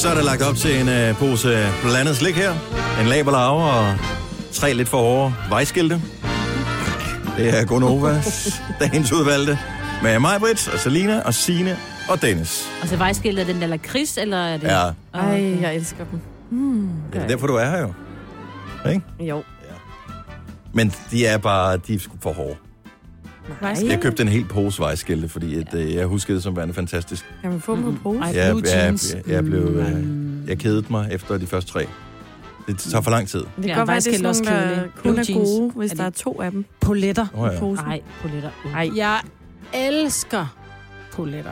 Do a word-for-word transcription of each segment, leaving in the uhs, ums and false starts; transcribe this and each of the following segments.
Så er der lagt op til en uh, pose blandet slik her. En laberlarve og tre lidt for hårde vejskilte. Det er Gonovas dagens udvalgte. Med mig, Britt, og Selina, og Signe og Dennis. Altså vejskilte, er den der lakrids, eller er det... Ja. Ej, jeg elsker dem. Mm, det er derfor, du er her jo. Ikke? Jo. Ja. Men de er bare, de er sgu for hårde. Nej. Jeg købte en hel pose vejskilte, fordi at, øh, jeg huskede det som værende fantastisk. Kan man få dem på pose? Ej, Jeg, blue jeg, jeans. jeg, jeg, blev, øh, jeg kedede mig efter de første tre. Det tager for lang tid. Det kan Ja, godt være, det er vejskilte sådan også nogle, der kedelige. kun Blue er jeans. gode, hvis Er der er det- to af dem Poletter. Oh, ja. i posen. Nej, poletter. Uh. Ej. Jeg elsker poletter.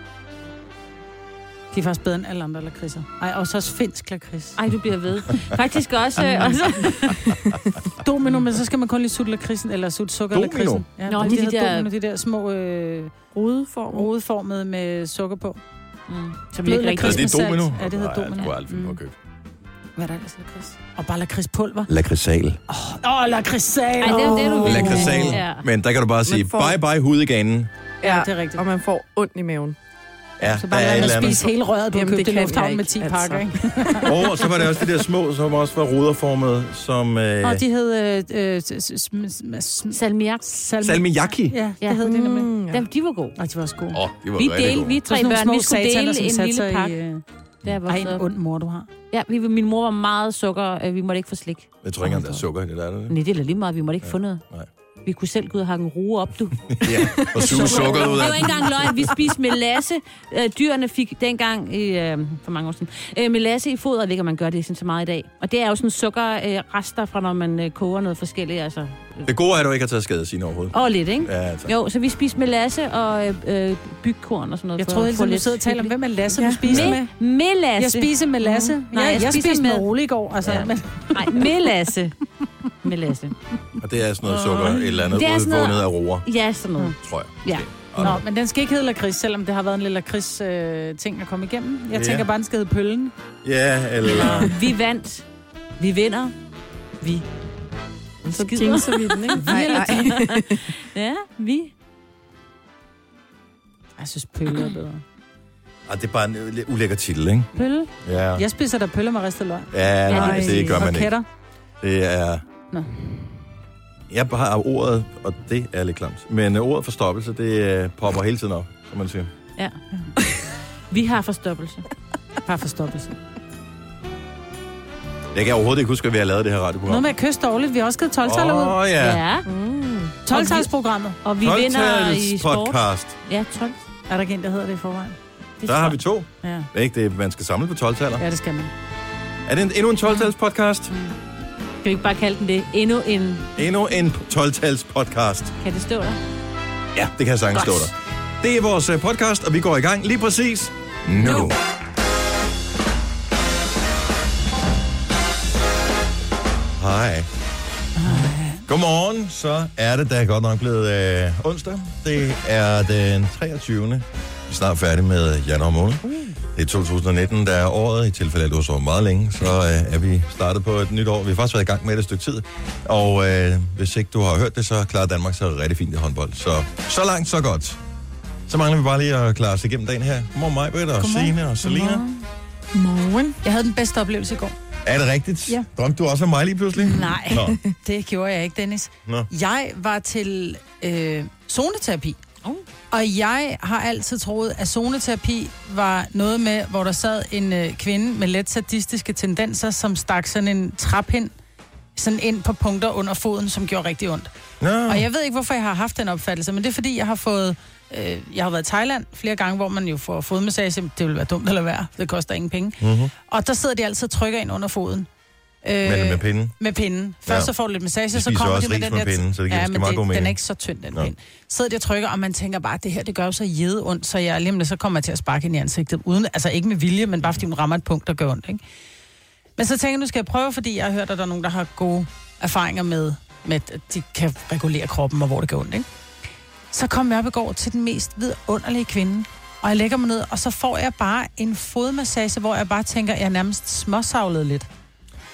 De er faktisk bedre end alle andre lakridser. Ej, og så også finsk lakrids. Ej, du bliver ved. Faktisk også... Øh, også. Domino, men så skal man kun lige sutte lakridsen, eller sutte sukker Domino? lakridsen. Ja, Nå, de, de de, der, der- domino, de der små øh, Rudeform. rodeformede med sukker på. Mm. Så bliver det ikke Blød rigtig... Altså, det er domino? Ja, det hedder Nej, domino. jeg kunne aldrig finde på at Mm. købe. Hvad er der ellers lakrids? Og bare lakridspulver. Lakridsal. Åh, oh, lakridsal. Ej, det er det, du vil. Lakridsal. Ja. Men der kan du bare sige, får- bye bye hudeganen. Ja, det er rigtigt. og man får ondt i maven. Ja, Så der bare er et lad eller mig andet. spise hele røret, du har Jamen, købt det i kan lufthavnen jeg med ikke, ti altså. pakker, ikke? Og så var der også de der små, som også var ruderformede, som... Øh, Og de hed... Øh, øh, s- s- sm- sm- Salmiak. salmi- salmiakki. Ja, det Ja. hed det nemlig. Mm, ja. Dem, de var gode. Og de var også gode. Åh, oh, de var Vi rigtig delte, gode. vi Så tre sådan nogle børn, små vi skulle sataner, dele som en satte lille sig pakke. i... Øh, Der var ej, en så... ond mor, du har. Ja, vi, min mor var meget sukker. øh, Vi måtte ikke få slik. Jeg tror ikke engang, der er sukker i det der. Er det? Nej, det er lige meget. Vi måtte ikke få noget. Nej. Vi kunne selv gå ud og hakke en rue op, du. Ja, og suge sukkeret ud Det af var ikke engang løgn. Vi spiste melasse. Øh, dyrene fik dengang, i, øh, for mange år siden, øh, melasse i foder. Det kan man gøre det sådan så meget i dag. Og det er jo sådan sukkerrester øh, fra, når man øh, koger noget forskelligt. Altså. Det gode er, at du ikke har taget skade af sine overhovedet. Og lidt, ikke? Ja, tak. Jo, så vi spiste melasse og øh, øh, bygkorn og sådan noget. Jeg for troede at hele få tiden, du lidt sidder og taler om, hyggeligt. hvem er Lasse, Ja. du spiser med? Me- melasse. Jeg spiser med Lasse. Mm. Nej, Nej, jeg, jeg jeg spiser spiste med med- Ole i går. Altså, Ja. men, Nej, melasse. Melasse. Og det er sådan noget sukker, et eller andet Det er sådan noget- udvundet af roer, Ja, sådan noget. tror jeg. Ja. Og Nå, men den skal ikke hedde lakrids, selvom det har været en lille lakrids øh, ting at komme igennem. Jeg Ja. tænker bare, den skal hedde Pøllen. Ja, eller... Vi vandt. Vi vinder. Vi. Så Skider. jinxer vi den, ikke? Nej, nej. Ja, vi. Jeg synes, Pølle er bedre. Ah, det er bare en lidt ulækker titel, ikke? Pølle? Ja, Jeg spiser der pølle med ristet løg. ja nej, det er det gør man Og ikke. kætter. Det er... Nå. Jeg har ordet, og det er lidt klamt. Men ordet forstoppelse, det øh, popper hele tiden op, som man siger. Ja. Vi har forstoppelse. Bare forstoppelse. Jeg kan overhovedet ikke huske, at vi har lavet det her radioprogram. Noget med at kysse dårligt. Vi har også skrevet tolv-taller ud. Åh, oh, ja. Ja. Mm. tolv-talsprogrammet. Og vi vinder i tolv-tals sport. podcast. Ja, tolv. Er der ikke en, der hedder det i forvejen? Det Der tror har jeg. vi to. Ja, Ikke? Det, er- man skal samle på tolv-taller. ja det skal man. Er det en, endnu en tolv-tals podcast? Kan vi ikke bare kalde den det? Endnu en... Endnu en tolv-tals podcast. Kan det stå der? Ja, det kan jeg sagtens stå Godt. der. Det er vores øh, podcast, og vi går i gang lige præcis nu. Nu. Hej. Godmorgen, så er det da godt nok blevet øh, onsdag. Det er den treogtyvende Vi er snart færdige med januar måned. Det er to tusind nitten, der er året. I tilfælde af, at du har sovet meget længe, så øh, er vi startet på et nyt år. Vi har faktisk været i gang med det et stykke tid. Og øh, hvis ikke du har hørt det, så klarer Danmark sig rigtig fint i håndbold. Så, så langt, så godt. Så mangler vi bare lige at klare os igennem dagen her. Godmorgen, Majbrit og Godmorgen. Signe og Selina. Morgen. Jeg havde den bedste oplevelse i går. Er det rigtigt? Ja. Drømte du også om mig lige pludselig? Nej, Nå. det gjorde jeg ikke, Dennis. Nå. Jeg var til øh, zoneterapi. Oh. Og jeg har altid troet, at zoneterapi var noget med, hvor der sad en øh, kvinde med let sadistiske tendenser, som stak sådan en trappind sådan ind på punkter under foden, som gjorde rigtig ondt. Nå. Og jeg ved ikke, hvorfor jeg har haft den opfattelse, men det er fordi, jeg har fået... Øh, jeg har været i Thailand flere gange, hvor man jo får fodmassage. Det vil være dumt at lade være. Det koster ingen penge. Mm-hmm. Og der sidder de altid og trykker ind under foden. Øh, Men med pinden? Med pinden. Først Ja. ja. så får du lidt massage, De så spiser kommer også de med ris den med der... pinden, så det giver ja, måske men meget god det, den mening. er ikke så tynd, den Nå. pind. Sidder de og trykker, og man tænker bare, det her, det gør jo så jede ondt, så jeg lige om lidt, så kommer jeg til at sparke ind i ansigtet. Uden, altså ikke med vilje, men bare fordi hun rammer et punkt, der gør ondt, ikke? Men så tænker jeg, nu skal jeg prøve, fordi jeg har hørt, at der er nogen, der har gode erfaringer med, med at de kan regulere kroppen, og hvor det gør ondt, ikke? Så kom jeg op i går til den mest vidunderlige kvinde, og jeg lægger mig ned, og så får jeg bare en fodmassage, hvor jeg bare tænker, jeg er nærmest småsavlet lidt.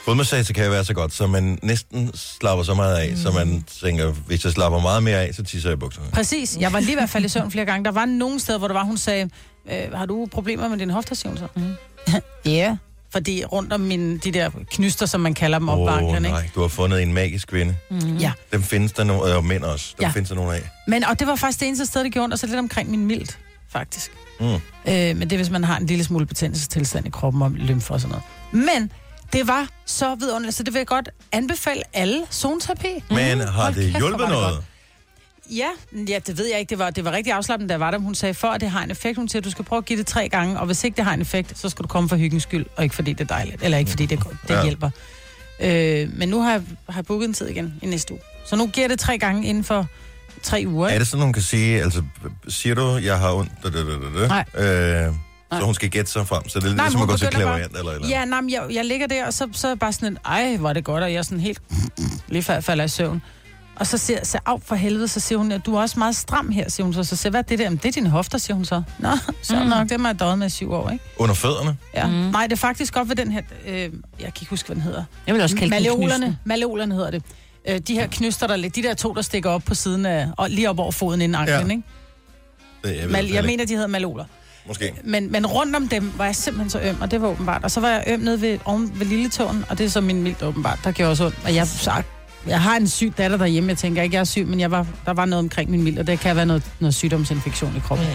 Fodmassage kan jo være så godt, så man næsten slapper så meget af, mm. så man tænker, hvis jeg slapper meget mere af, så tisser jeg i bukserne. Præcis. Jeg var lige i hvert fald i søvn flere gange. Der var nogle steder, hvor der var, hun sagde, øh, har du problemer med din hofte, siger hun så? Mm. Ja, yeah. Fordi rundt om mine, de der knyster, som man kalder dem op Åh oh, nej, ikke? Du har fundet en magisk kvinde. Mm. Ja. Dem findes der nogle, og mænd også. Dem ja. findes der nogle af. Men, og det var faktisk det eneste sted, det gjorde ondt, og så lidt omkring min milt, faktisk. Mm. Øh, men det er, hvis man har en lille smule betændelsestilstand i kroppen og lymfer og sådan noget. Men det var så vidunderligt, så det vil jeg godt anbefale alle zoneterapi. Men mm. har det hjulpet noget? Ja, ja, det ved jeg ikke. Det var, det var rigtig afslappende, da jeg var der. Hun sagde, for at det har en effekt, hun siger, du skal prøve at give det tre gange, og hvis ikke det har en effekt, så skal du komme for hyggens skyld, og ikke fordi det er dejligt, eller ikke fordi det, det ja. hjælper. Øh, men nu har jeg, har jeg booket en tid igen i næste uge. Så nu giver det tre gange inden for tre uger. Er det sådan, hun kan sige, altså, siger du, jeg har ondt, da, da, da, da, Nej. Øh, så hun skal gætte sig frem, så det er lidt nej, ligesom at gå til klaverant eller eller Ja, nej, jeg, jeg ligger der, og så, så er bare sådan en, ej, hvor er det godt, og jeg er sådan helt, lige før jeg falder i søvn. Og så siger jeg, af for helvede, så siger hun, at du er også meget stram her, siger hun så. Så siger hvad er det der? Det er dine hofter, siger hun så. Nå, så mm. nok, det har jeg døjet med i syv år, ikke? Under fødderne? Ja. Mm. Nej, det er faktisk godt ved den her, øh, jeg kan ikke huske, hvad den hedder. Jeg vil også kalde Malleolerne. Malleolerne hedder det. Øh, de her knyster, der lidt, de der to, der stikker op på siden af, og lige op over foden inden anklen, ja. Ikke? Det, jeg, Mal, jeg mener, de hedder malleoler. Måske. Men, men rundt om dem var jeg simpelthen så øm, og det var åbenbart. Og så var jeg øm nede ved, oven ved lille tåen, og det er så min mild åbenbart, der gjorde også ondt. Og jeg sagt, jeg har en syg datter derhjemme, jeg tænker ikke, jeg er syg, men jeg var, der var noget omkring min mild, og det kan være noget, noget sygdomsinfektion i kroppen. Ja.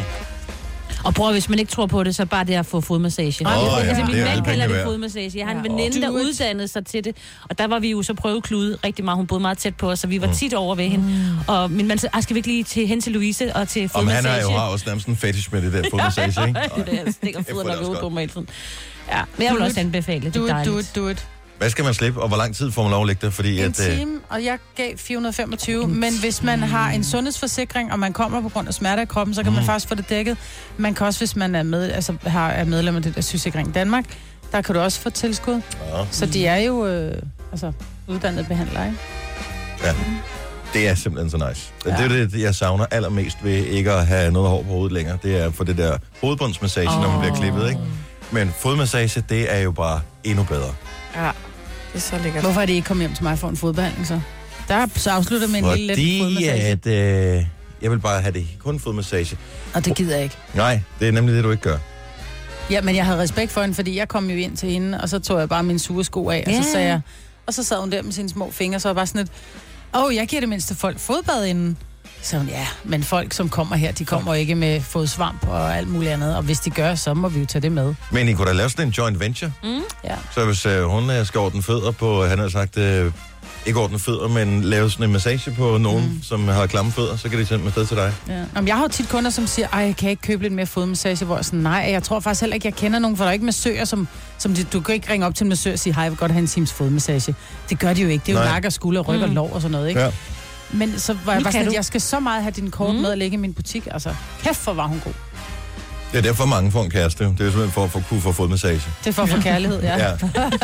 Og bror, hvis man ikke tror på det, så bare det at få fodmassage. Oh, ja. Altså, min det mand kalder det fodmassage. Jeg har en ja. veninde, der uddannede sig til det, og der var vi jo så prøveklude rigtig meget. Hun boede meget tæt på os, så vi var tit over ved hende. Mm. Og min mand sagde, skal vi ikke lige til, hen til Louise og til fodmassage? Og han har jo har også nærmest en fetish med det der fodmassage, ikke? Det er det, stikker foderne ud på mig hele tiden. Ja, men jeg vil også anbefale det. Do it, do it, do it. Hvad skal man slippe, og hvor lang tid får man lov at ligge der? Fordi en at, time, og jeg gav fire hundrede og femogtyve, men hvis man har en sundhedsforsikring, og man kommer på grund af smerter i kroppen, så kan mm. man faktisk få det dækket. Man kan også, hvis man er, med, altså, har, er medlem af det der sygesikring Danmark, der kan du også få tilskud. Ja. Så de er jo øh, altså, uddannede behandlere, ikke? Ja, det er simpelthen så nice. Ja. Det er det, jeg savner allermest ved ikke at have noget hår på hovedet længere. Det er for det der hovedbundsmassage, oh. når man bliver klippet, ikke? Men fodmassage, det er jo bare endnu bedre. Ja, det er så lækkert. Hvorfor er det ikke kommet hjem til mig for en fodbehandling, så? Der så afslutter med en Fordi lille let fodmassage. At, øh, jeg vil bare have det kun fodmassage. Og det gider jeg ikke. Nej, det er nemlig det, du ikke gør. Ja, men jeg havde respekt for hende, fordi jeg kom jo ind til hende, og så tog jeg bare mine sure sko af, yeah. og så sagde jeg, og så sad hun der med sine små fingre, så var jeg bare sådan lidt, åh, oh, jeg giver det mindste folk fodbad inden. Så hun, ja, men folk, som kommer her, de kommer ikke med fodsvamp og alt muligt andet, og hvis de gør, så må vi jo tage det med. Men I kunne da lave sådan en joint venture. Mm. Ja. Så hvis øh, hun øh, skal ordne fødder på, han har sagt, øh, ikke ordne fødder, men lave sådan en massage på nogen, mm. som har klamme fødder, så kan de sende med sted til dig. Ja. Jamen, jeg har jo tit kunder, som siger, ej, jeg kan ikke købe lidt mere fodmassage, hvor jeg sådan, nej, jeg tror faktisk heller ikke, jeg kender nogen, for der er ikke massører, som, som de, du kan ikke ringe op til en massør og sige, hej, jeg vil godt have en times fodmassage. Det gør de jo ikke. Det er jo nakke og skulder, ryg og lår og sådan noget, ikke? Ja. Men så var jeg bare sådan, at jeg skal så meget have din kort mm. med at lægge i min butik. Altså, kæft, hvor var hun god. Det er derfor mange får en kæreste. Det er simpelthen for at få, kunne få fodmassage. Det er for at få kærlighed, ja. Ja.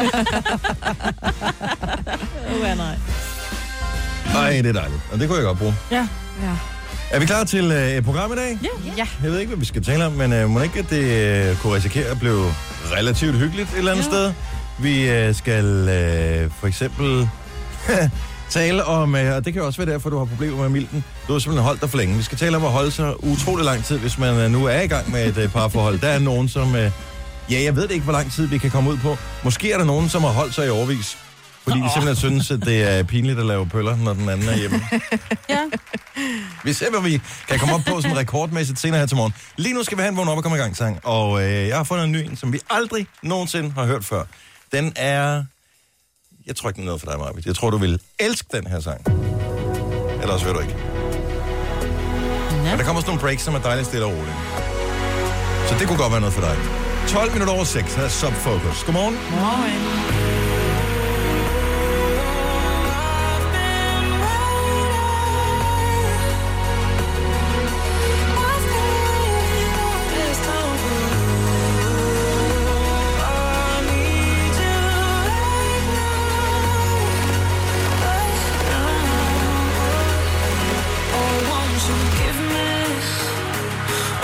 Åh, ja, nej. Ej, det er dejligt. Og det kunne jeg godt bruge. Ja. Ja. Er vi klar til øh, et program i dag? Ja. ja. Jeg ved ikke, hvad vi skal tale om, men øh, må ikke, at det øh, kunne risikere at blive relativt hyggeligt et eller andet ja. sted. Vi øh, skal øh, for eksempel tale om, øh, og det kan også være derfor, du har problemer med milten. Du har simpelthen holdt dig for længe. Vi skal tale om at holde sig utrolig lang tid, hvis man øh, nu er i gang med et øh, parforhold. Der er nogen, som... Øh, ja, jeg ved det ikke, hvor lang tid vi kan komme ud på. Måske er der nogen, som har holdt sig i overvis. Fordi de simpelthen synes, at det er pinligt at lave pøller, når den anden er hjemme. Ja. Vi ser, hvad vi kan komme op på sådan rekordmæssigt senere her til morgen. Lige nu skal vi have en vågen op og komme i gang sang. Og øh, jeg har fundet en ny en, som vi aldrig nogensinde har hørt før. Den er... Jeg tror ikke, den er noget for dig, Marvitt. Jeg tror, du vil elske den her sang. Ellers vil du ikke. Ja. Og der kommer sådan nogle breaks, som er dejligt stille og roligt. Så det kunne godt være noget for dig. tolv minutter over seks her er Subfocus. Godmorgen. Godmorgen.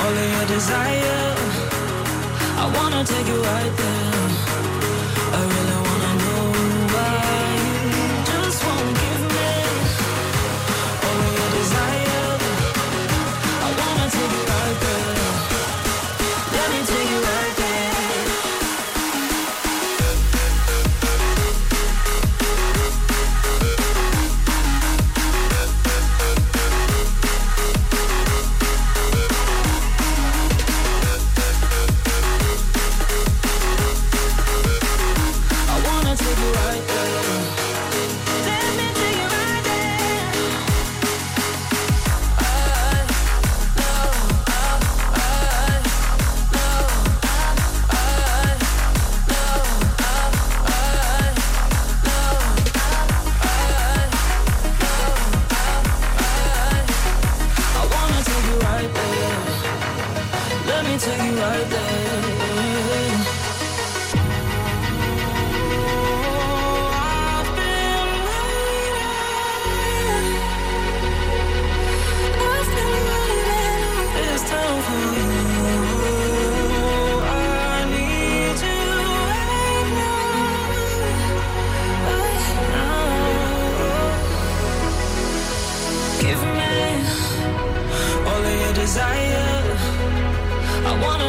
Desire, I wanna take you right there. I really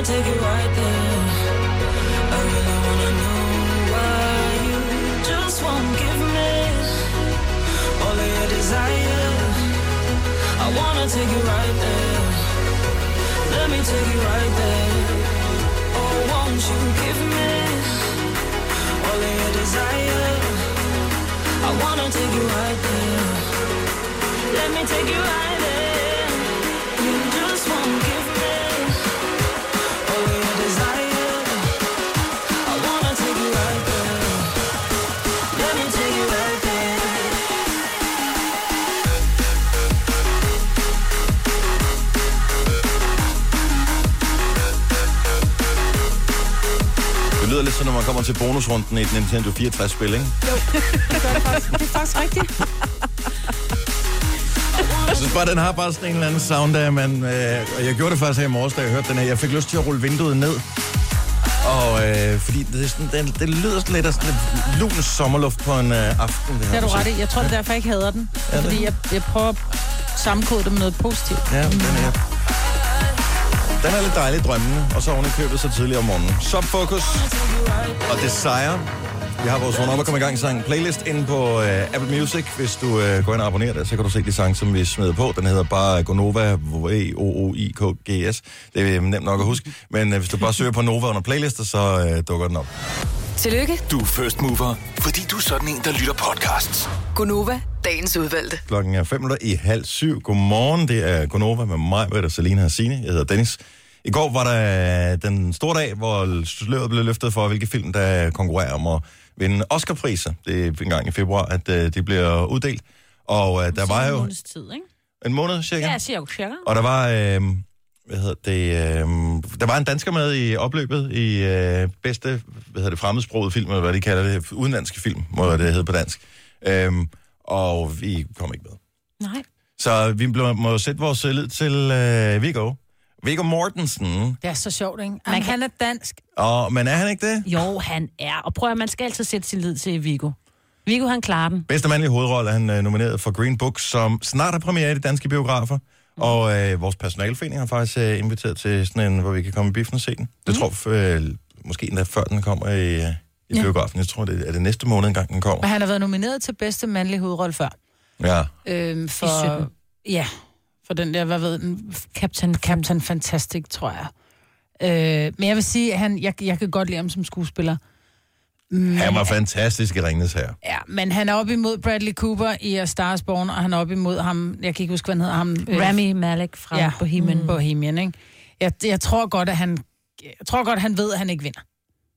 take you right there. I really wanna know why you just won't give me all of your desire. I wanna take you right there. Let me take you right there. Oh, won't you give me all of your desire? I wanna take you right there. Let me take you right there. You just won't give me all of your desire. I wanna take you right there. Let me take you right there. Det lyder lidt sådan, når man kommer til bonusrunden i et Nintendo fireogtres-spil, ikke? Jo, det gør det faktisk. Det er faktisk rigtigt. Jeg synes bare, den har bare sådan en eller anden sound af, man, øh, og jeg gjorde det faktisk her i morges, da jeg hørte den her. Jeg fik lyst til at rulle vinduet ned. Og øh, fordi det, er sådan, det, det lyder sådan lidt af sådan lidt lun sommerluft på en øh, aften. Det, Det har du ret i. Jeg tror, det er derfor, jeg ikke hader den. Ja, Fordi det. jeg, jeg prøver at sammenkode det med noget positivt. Ja, den er, den er lidt dejlig drømmende, og så oven i købet så tidligt om morgenen. Subfocus og Desire. Vi har vores vågn op og komme i gang sang playlist inde på uh, Apple Music. Hvis du uh, går ind og abonnerer det, så kan du se de sange, som vi smider på. Den hedder bare Gonova, V O O I K G S. Det er nemt nok at huske. Men uh, hvis du bare søger på Nova under playlister, så uh, dukker den op. Tillykke, Du er first mover, fordi du er sådan en, der lytter podcasts. Gunova, dagens udvalgte. Klokken er fem minutter i halv syv. Godmorgen, det er Gonova med mig, Britta, Selina og Signe. Jeg hedder Dennis. I går var der den store dag, hvor sløret blev løftet for, hvilke film, der konkurrerer om at vinde Oscar-priser. Det er en gang i februar, at uh, de bliver uddelt. Og uh, der var jo... En måneds tid, ikke? En måned, cirka? Ja, cirka. cirka. Og der var... Øh, hvad hedder det? Øh, der var en dansker med i opløbet i øh, bedste, hvad hedder det, fremmedsproget film, eller hvad de kalder det, udenlandske film, må det hedde på dansk. Øh, og vi kom ikke med. Nej. Så vi må sætte vores lid til øh, Viggo. Viggo Mortensen. Det er så sjovt, ikke? Men han er dansk. Og, men er han ikke det? Jo, han er. Og prøv at man skal altid sætte sin lid til Viggo. Viggo, han klarer den. Bedste mandlige hovedrolle er han øh, nomineret for Green Book, som snart er premiere i de danske biografer. Mm. Og øh, vores personalforening har faktisk øh, inviteret til sådan en, hvor vi kan komme i biffen og se den. Det mm. tror jeg øh, måske endda før den kommer i, øh, i ja. biografen. Jeg tror, det er det næste måned engang, den kommer. Men han har været nomineret til bedste mandlige hovedrolle før. Ja. Øhm, for, ja, for den der, hvad ved den? Captain, Captain Fantastic, tror jeg. Øh, men jeg vil sige, at han, jeg, jeg kan godt lide ham som skuespiller. Men, han var fantastisk i Ringenes Herre. Ja, men han er op imod Bradley Cooper i A Star is Born, og han er op imod ham, jeg kan ikke huske, hvad han hedder ham. Øh, Rami Malek fra ja, Bohemian. Mm. Bohemian, ikke? Jeg, jeg tror godt, at han, jeg tror godt, han ved, at han ikke vinder.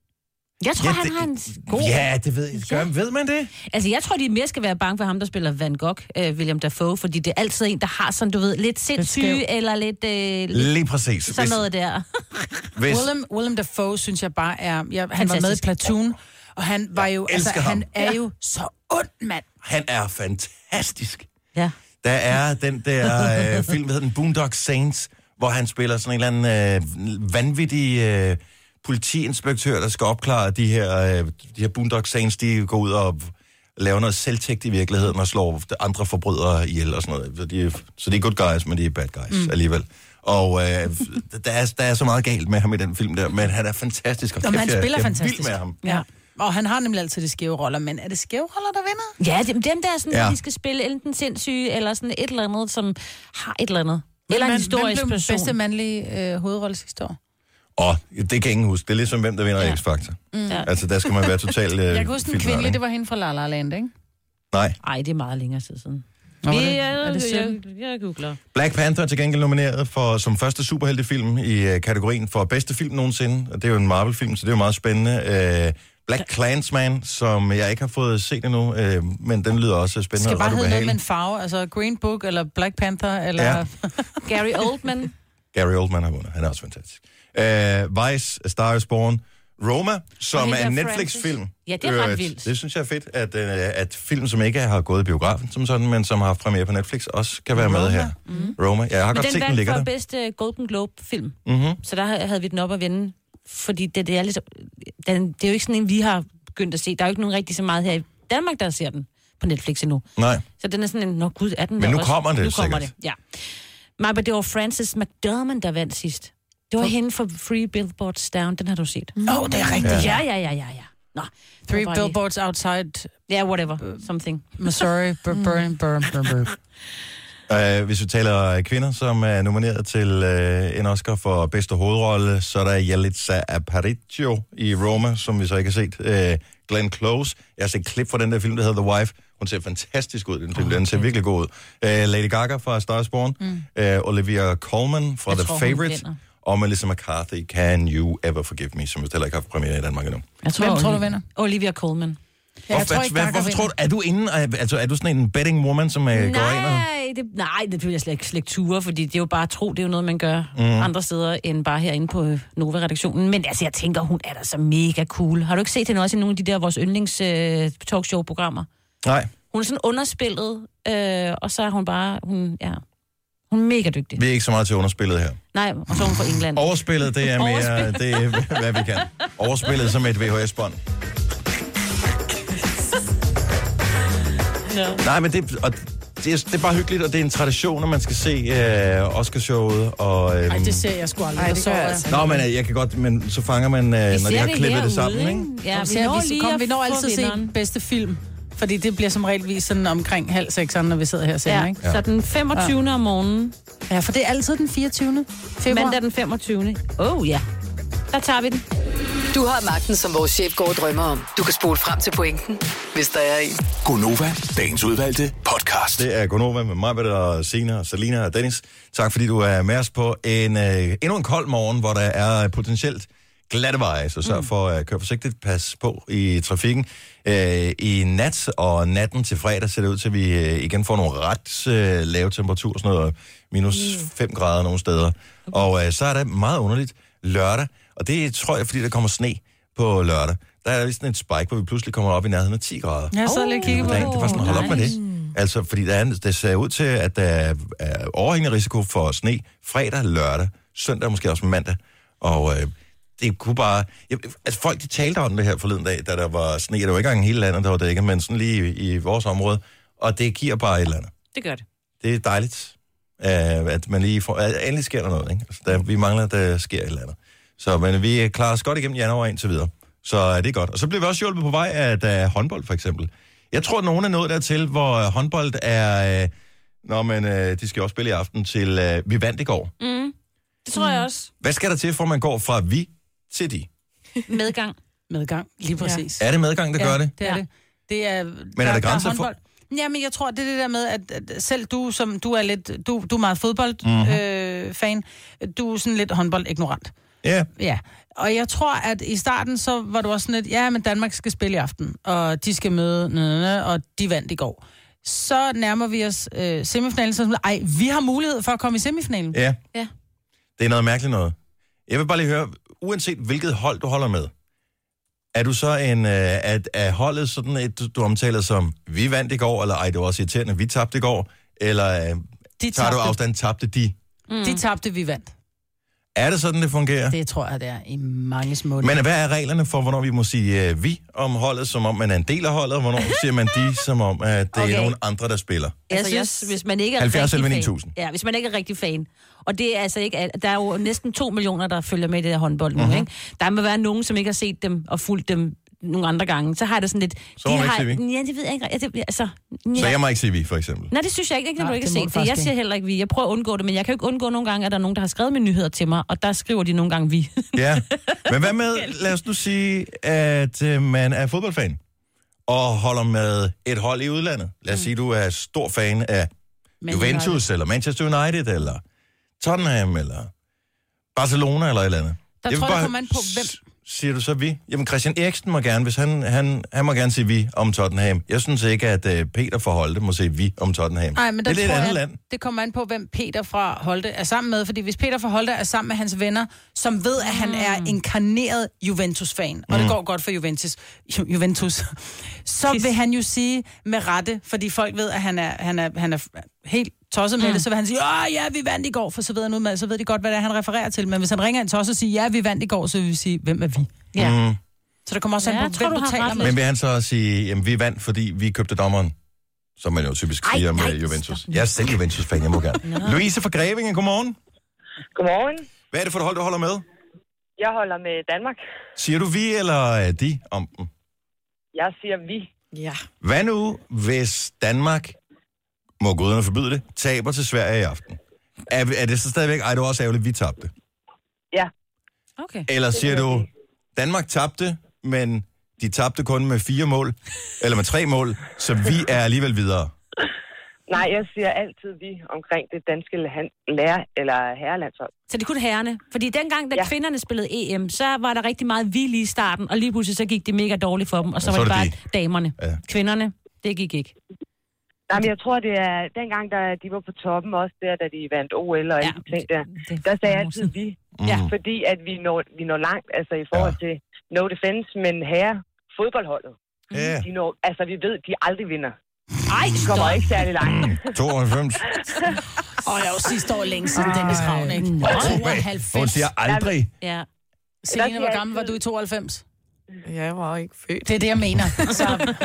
Jeg tror, ja, han det, har en god... Ja, det ved jeg. Ja. Ved man det? Altså, jeg tror, de mere skal være bange for ham, der spiller Van Gogh, øh, William Dafoe, fordi det er altid en, der har sådan, du ved, lidt sindssyge, eller lidt... Øh, lidt lige præcis. sådan hvis, noget der. Hvis... William, William Dafoe, synes jeg bare er... Jeg, han var med i Platoon, og han var jo... Jeg altså, ham. han er ja. jo så ond, mand. Han er fantastisk. Ja. Der er den der øh, film, der hedder den Boondock Saints, hvor han spiller sådan en eller anden øh, vanvittig... Øh, politiinspektør, der skal opklare de her, øh, de her Boondock Saints, de går ud og laver noget selvtægt i virkeligheden og slår andre forbrydere ihjel og sådan noget. Så de, så de er good guys, men de er bad guys mm. alligevel. Og øh, der, er, der er så meget galt med ham i den film der, men han er fantastisk. Og Nå, kæft, han spiller jeg, jeg fantastisk. Vild med ham. Ja. Og han har nemlig altid de skæve roller, men er det skæve roller, der vinder? Ja, dem, dem der er sådan, ja. at de skal spille enten sindssyge, eller sådan et eller andet, som har et eller andet. Eller en historisk person. person. Bedste mandlige øh, hovedrolleshistorie? Og det kan ingen huske. Det er ligesom, hvem der vinder ja. X-Factor. Mm. Altså, der skal man være totalt... Øh, jeg kan huske den kvindelige, det var hende fra La La Land, ikke? Nej. Ej, det er meget længere tid siden. Nå, Vi, det, jeg, er det jeg, jeg, jeg googler. Black Panther er til gengæld nomineret for, som første superheltefilm i uh, kategorien for bedste film nogensinde. Og det er jo en Marvel-film, så det er jo meget spændende. Uh, Black Klansman, som jeg ikke har fået set endnu, uh, men den lyder også spændende. Skal bare og hedde noget med ubehagelig. en farve, altså Green Book, eller Black Panther, eller... Ja. Gary Oldman. Gary Oldman har vundet. Han er også fantastisk. Uh, Vice, A Star is Born, Roma, som hende er en der Netflix-film. Ja, det er ret Øvrigt, vildt. Det synes jeg er fedt, at, uh, at film, som ikke har gået i biografen som sådan, men som har haft premiere på Netflix, også kan være Roma. med her. Mm. Roma. Ja, jeg har Men godt den set, den vandt ligger for der. bedste Golden Globe-film. Mm-hmm. Så der havde vi den op at vinde. Fordi det, det er lidt... Den, det er jo ikke sådan en, vi har begyndt at se. Der er jo ikke nogen rigtig så meget her i Danmark, der ser den på Netflix endnu. Nej. Så den er sådan en... Nå gud, er den Men der nu også? kommer det Nu kommer sikkert. det, ja. Men det var Frances McDormand, der vandt sidst. Det var hende for Free Billboards Down. Den har du set. Åh, oh, det er rigtigt. Ja, ja, ja, ja, ja. Nå. Three Billboards Outside... Ja, yeah, whatever. Something. Missouri. Burn, burn, burn, burn. Uh, hvis vi taler kvinder, som er nomineret til uh, en Oscar for bedste hovedrolle, så er der Yalitza Aparicio i Roma, som vi så ikke har set. Uh, Glenn Close. Jeg har set klip fra den der film, der hedder The Wife. Hun ser fantastisk ud i den film. Den ser virkelig god ud. Uh, Lady Gaga fra Star is Born. Mm. Uh, Olivia Colman fra Jeg The tror, Favourite. Og Melissa McCarthy, Can You Ever Forgive Me, som vi heller ikke har haft premiere i Danmark endnu. Jeg tror, Hvem tror du Olivia- vinder? Olivia Colman. Ja, jeg tror ikke, Hvad, hvorfor tror du, er du inde, altså er du sådan en betting woman, som uh, går ind og... Nej, det, nej, det vil jeg slet ikke slet ikke ture, fordi det er jo bare tro, det er jo noget, man gør mm. andre steder, end bare herinde på Nova-redaktionen. Men altså, jeg tænker, hun er da så mega cool. Har du ikke set hende også i nogle af de der vores yndlings uh, talkshow-programmer? Nej. Hun er sådan underspillet, øh, og så er hun bare, hun, ja, hun er mega dygtig. Vi er ikke så meget til underspillet her. Nej, og så er hun fra England. Overspillet, det er mere, det er, hvad vi kan. Overspillet som et V H S-bånd. No. Nej, men det, og det, er, det er bare hyggeligt, og det er en tradition, at man skal se øh, Oscarshowet. Og, øh, Ej, det ser jeg sgu aldrig. Ej, det gør jeg altså. Nå, men øh, jeg kan godt, men så fanger man, øh, når de har klippet herude, det sammen, ikke? Ja, Vi, vi ser, når vi, lige kom, at vi når få altid se vinderen. bedste film. Fordi det bliver som regel vist sådan omkring halv sekseren, når vi sidder her og sender, Ja, ikke? så den femogtyvende om morgenen, Ja, for det er altid den fireogtyvende februar. mandag den femogtyvende Oh ja, der tager vi den. Du har magten, som vores chef går og drømmer om. Du kan spole frem til pointen, hvis der er en. Gonova, dagens udvalgte podcast. Det er Gonova med mig, og Signe, og Salina og Dennis. Tak fordi du er med os på en, øh, endnu en kold morgen, hvor der er potentielt glatte veje, så sørg for at køre forsigtigt, pas på i trafikken. Øh, I nat og natten til fredag ser det ud til, at vi øh, igen får nogle ret øh, lave temperaturer, sådan noget minus fem grader nogle steder. Og øh, så er det meget underligt lørdag, og det tror jeg, fordi der kommer sne på lørdag. Der er lige sådan et spike, hvor vi pludselig kommer op i nærheden af ti grader. Jeg sad lige og kiggede på Det det. er bare sådan, hold op med det. Altså, fordi der er, det ser ud til, at der er, er overhængende risiko for sne fredag, lørdag, søndag og måske også mandag. Og øh, det kunne bare... Jeg, altså, folk de talte om det her forleden dag, da der var sne. Det var ikke engang hele landet, der var dækket, men sådan lige i, i vores område. Og det giver bare et eller andet. Det gør det. Det er dejligt, øh, at man lige får... At endelig sker der noget, ikke? Altså, der, vi mangler, at der sker et eller andet. Så men vi klarer os godt igennem januar indtil videre. Så er det godt. Og så bliver vi også hjulpet på vej af uh, håndbold, for eksempel. Jeg tror, at nogen er nået dertil, hvor uh, håndbold er... Uh, når man, uh, de skal også spille i aften til... Uh, vi vandt i går. Mm. Det tror jeg også. Hvad skal der til, for man går fra vi til de? Medgang. Medgang, lige præcis. Ja. Er det medgang, der ja, gør det? det er Ja. det. Det er, Men er der grænser for... håndbold. Ja, men jeg tror, det er det der med, at, at selv du, som du er lidt, du, du er meget fodboldfan, Mhm. øh, fan, du er sådan lidt håndbold-ignorant. Ja. Ja, og jeg tror, at i starten, så var du også sådan lidt, ja, men Danmark skal spille i aften, og de skal møde, nø, nø, nø, og de vandt i går. Så nærmer vi os øh, semifinalen, så ej, vi har mulighed for at komme i semifinalen. Ja. Ja. Det er noget mærkeligt noget. Jeg vil bare lige høre, uanset hvilket hold du holder med, er du så en, øh, at er holdet sådan et, du, du omtaler som, vi vandt i går, eller ej, det var også irriterende, vi tabte i går, eller øh, De tager du tabte, afstand, tabte de? Mm. de tabte, vi vandt. Er det sådan, det fungerer? Det tror jeg, det er i mange små. Men hvad er reglerne for, hvornår vi må sige uh, vi om holdet, som om man er en del af holdet, og hvornår siger man de, som om, at det Okay. er nogle andre, der spiller? Jeg Altså, jeg- synes, hvis man ikke er halvfjerds rigtig elleve fan... ni tusind. Ja, hvis man ikke er rigtig fan. Og det er altså ikke... al- Der er jo næsten to millioner, der følger med i det her håndbold nu, Mhm. ikke? Der må være nogen, som ikke har set dem og fulgt dem nogle andre gange. Så har jeg det sådan lidt... Så må man ikke har, sige vi. Ja, det ved jeg ikke. Ja, det, altså, ja. Så jeg må ikke sige vi, for eksempel. Nej, det synes jeg ikke, ikke når Nej, du ikke det har må set du det. Jeg faktisk siger ikke. heller ikke vi. Jeg prøver at undgå det, men jeg kan jo ikke undgå nogle gange, at der er nogen, der har skrevet med nyheder til mig, og der skriver de nogle gange vi. Ja, men hvad med, lad os nu sige, at øh, man er fodboldfan, og holder med et hold i udlandet. Lad os sige, du er stor fan af Men Juventus, eller Manchester United, eller Tottenham, eller Barcelona, eller et eller andet. Der Jeg vil Altså, tror jeg, bare- det kommer an på, hvem. S- Siger du så vi? Jamen Christian Eriksen må gerne, hvis han, han, han må gerne sige vi om Tottenham. Jeg synes ikke, at uh, Peter fra Holte må sige vi om Tottenham. Nej, men det der er lidt tror andet jeg, land. det kommer an på, hvem Peter fra Holte er sammen med. Fordi hvis Peter fra Holte er sammen med hans venner, som ved, at han er inkarneret Juventus-fan, og det går godt for Juventus, Ju- Juventus, så vil han jo sige med rette, fordi folk ved, at han er, han er, han er helt tosset med mm. det, så vil han sige, åh ja, vi vandt i går, for så ved, han ud med, så ved de godt, hvad det er, han refererer til. Men hvis han ringer en tosset og siger, ja, vi vandt i går, så vil vi sige, hvem er vi? Ja. Mm. Så det kommer også Ja, an jeg på, tror, hvem du du har taler ret. med. Men vil han så sige, jamen vi vandt, fordi vi købte dommeren? Som man jo typisk Ej, siger nej, med Juventus. stop. Jeg er selv Juventus-fan, jeg må gerne. Louise fra Grevinge, godmorgen. Godmorgen. Hvad er det for et hold, du holder med? Jeg holder med Danmark. Siger du vi, eller er de om dem? Jeg siger vi. Ja. Hvad nu, hvis Danmark, må guderne forbyde det, taber til Sverige i aften? Er, er det så stadigvæk, ej, det var også ærgerligt, vi tabte? Ja. Okay. Eller siger du, Danmark tabte, men de tabte kun med fire mål, eller med tre mål, så vi er alligevel videre? Nej, jeg siger altid vi omkring det danske lærer- eller herrelandshold. Så det er kun herrerne. Fordi dengang, da ja. kvinderne spillede E M, så var der rigtig meget vi lige i starten, og lige pludselig så gik det mega dårligt for dem, og så, ja, så var det bare de. damerne. Ja. Kvinderne, det gik ikke. Nej, men jeg tror, det er dengang, da de var på toppen, også der, da de vandt O L og alle de ting der, der sagde jeg altid vi. Ja. Fordi at vi når, vi når langt, altså i forhold ja. til no defense, men herre fodboldholdet. Ja. De når, altså vi ved, de aldrig vinder. Ej, de kommer ikke særlig langt. Mm, tooghalvfems. Og jeg er jo sidste år længe siden Dennis Ravn, ikke? tooghalvfems. Hun siger aldrig. Ja. Selina, hvor gammel var du i tooghalvfems? Jeg var ikke født. Det er det, jeg mener. Så...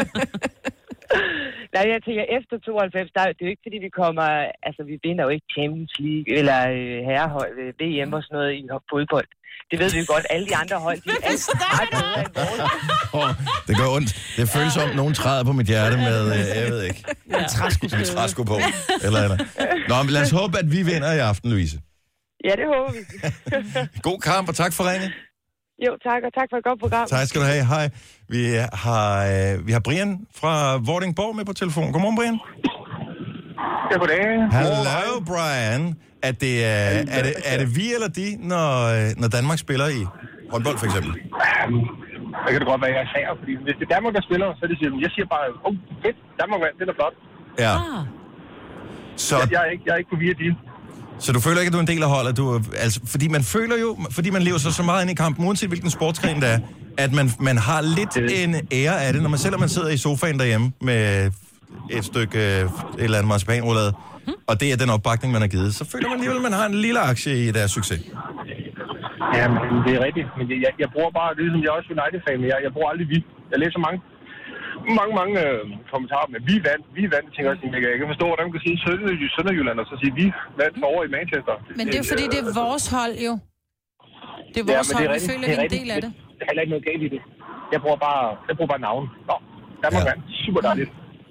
Nej, jeg tænker, efter tooghalvfems, der er det jo ikke, fordi vi kommer... Altså, vi vinder jo ikke Champions League eller øh, herrehold, øh, V M og sådan noget i fodbold. Det ved vi jo godt. Alle de andre hold, de er alt meget bedre end vores. Oh, det gør ondt. Det føles som, nogen træder på mit hjerte med, øh, jeg ved ikke, ja. en træsko, en træsko på. Eller, eller. Nå, men lad os håbe, at vi vinder i aften, Louise. Ja, det håber vi. God kamp, og tak for ringet. Jo, tak, og tak for et godt program. Tak skal du have. Hej. Vi har, øh, vi har Brian fra Vordingborg med på telefon. Godmorgen, Brian. Ja, goddag. Hallo, Brian. Er det, øh, er, det, er det vi eller de, når, når Danmark spiller i håndbold, for eksempel? Det kan det godt være, jeg er sager, fordi hvis det er Danmark, der spiller, så er det siger, jeg siger bare, åh, oh, fedt, Danmark vandt, det er flot. Ja. Ah. Så... Jeg, jeg, er ikke, jeg er ikke på vi og de. Så du føler ikke, at du er en del af holdet? Du, altså, fordi man føler jo, fordi man lever så, så meget ind i kampen, uanset hvilken sportsgren det er, at man, man har lidt en ære af det, når man selvom man sidder i sofaen derhjemme med et stykke et eller andet marcipanroulade, hmm. og det er den opbakning, man har givet, så føler man alligevel, at man har en lille aktie i deres succes. Ja, men det er rigtigt. Men jeg, jeg bruger bare, det er som jeg er også United-fan, men jeg, jeg bruger aldrig vi. Jeg læser mange, mange, mange øh, kommentarer med, vi vandt, vi vandt, tænker jeg, jeg, jeg kan forstå, hvordan man kan sige Sønderjylland, Sønderjylland og så sige, vi vandt over i Manchester. Men det er jo fordi, det er vores hold jo. Det er vores ja, hold, vi føler, vi er en del af det. Det er heller ikke noget galt i det. Jeg bruger bare, jeg bruger bare navn. Nå, Danmark ja. vandt. Super dejligt.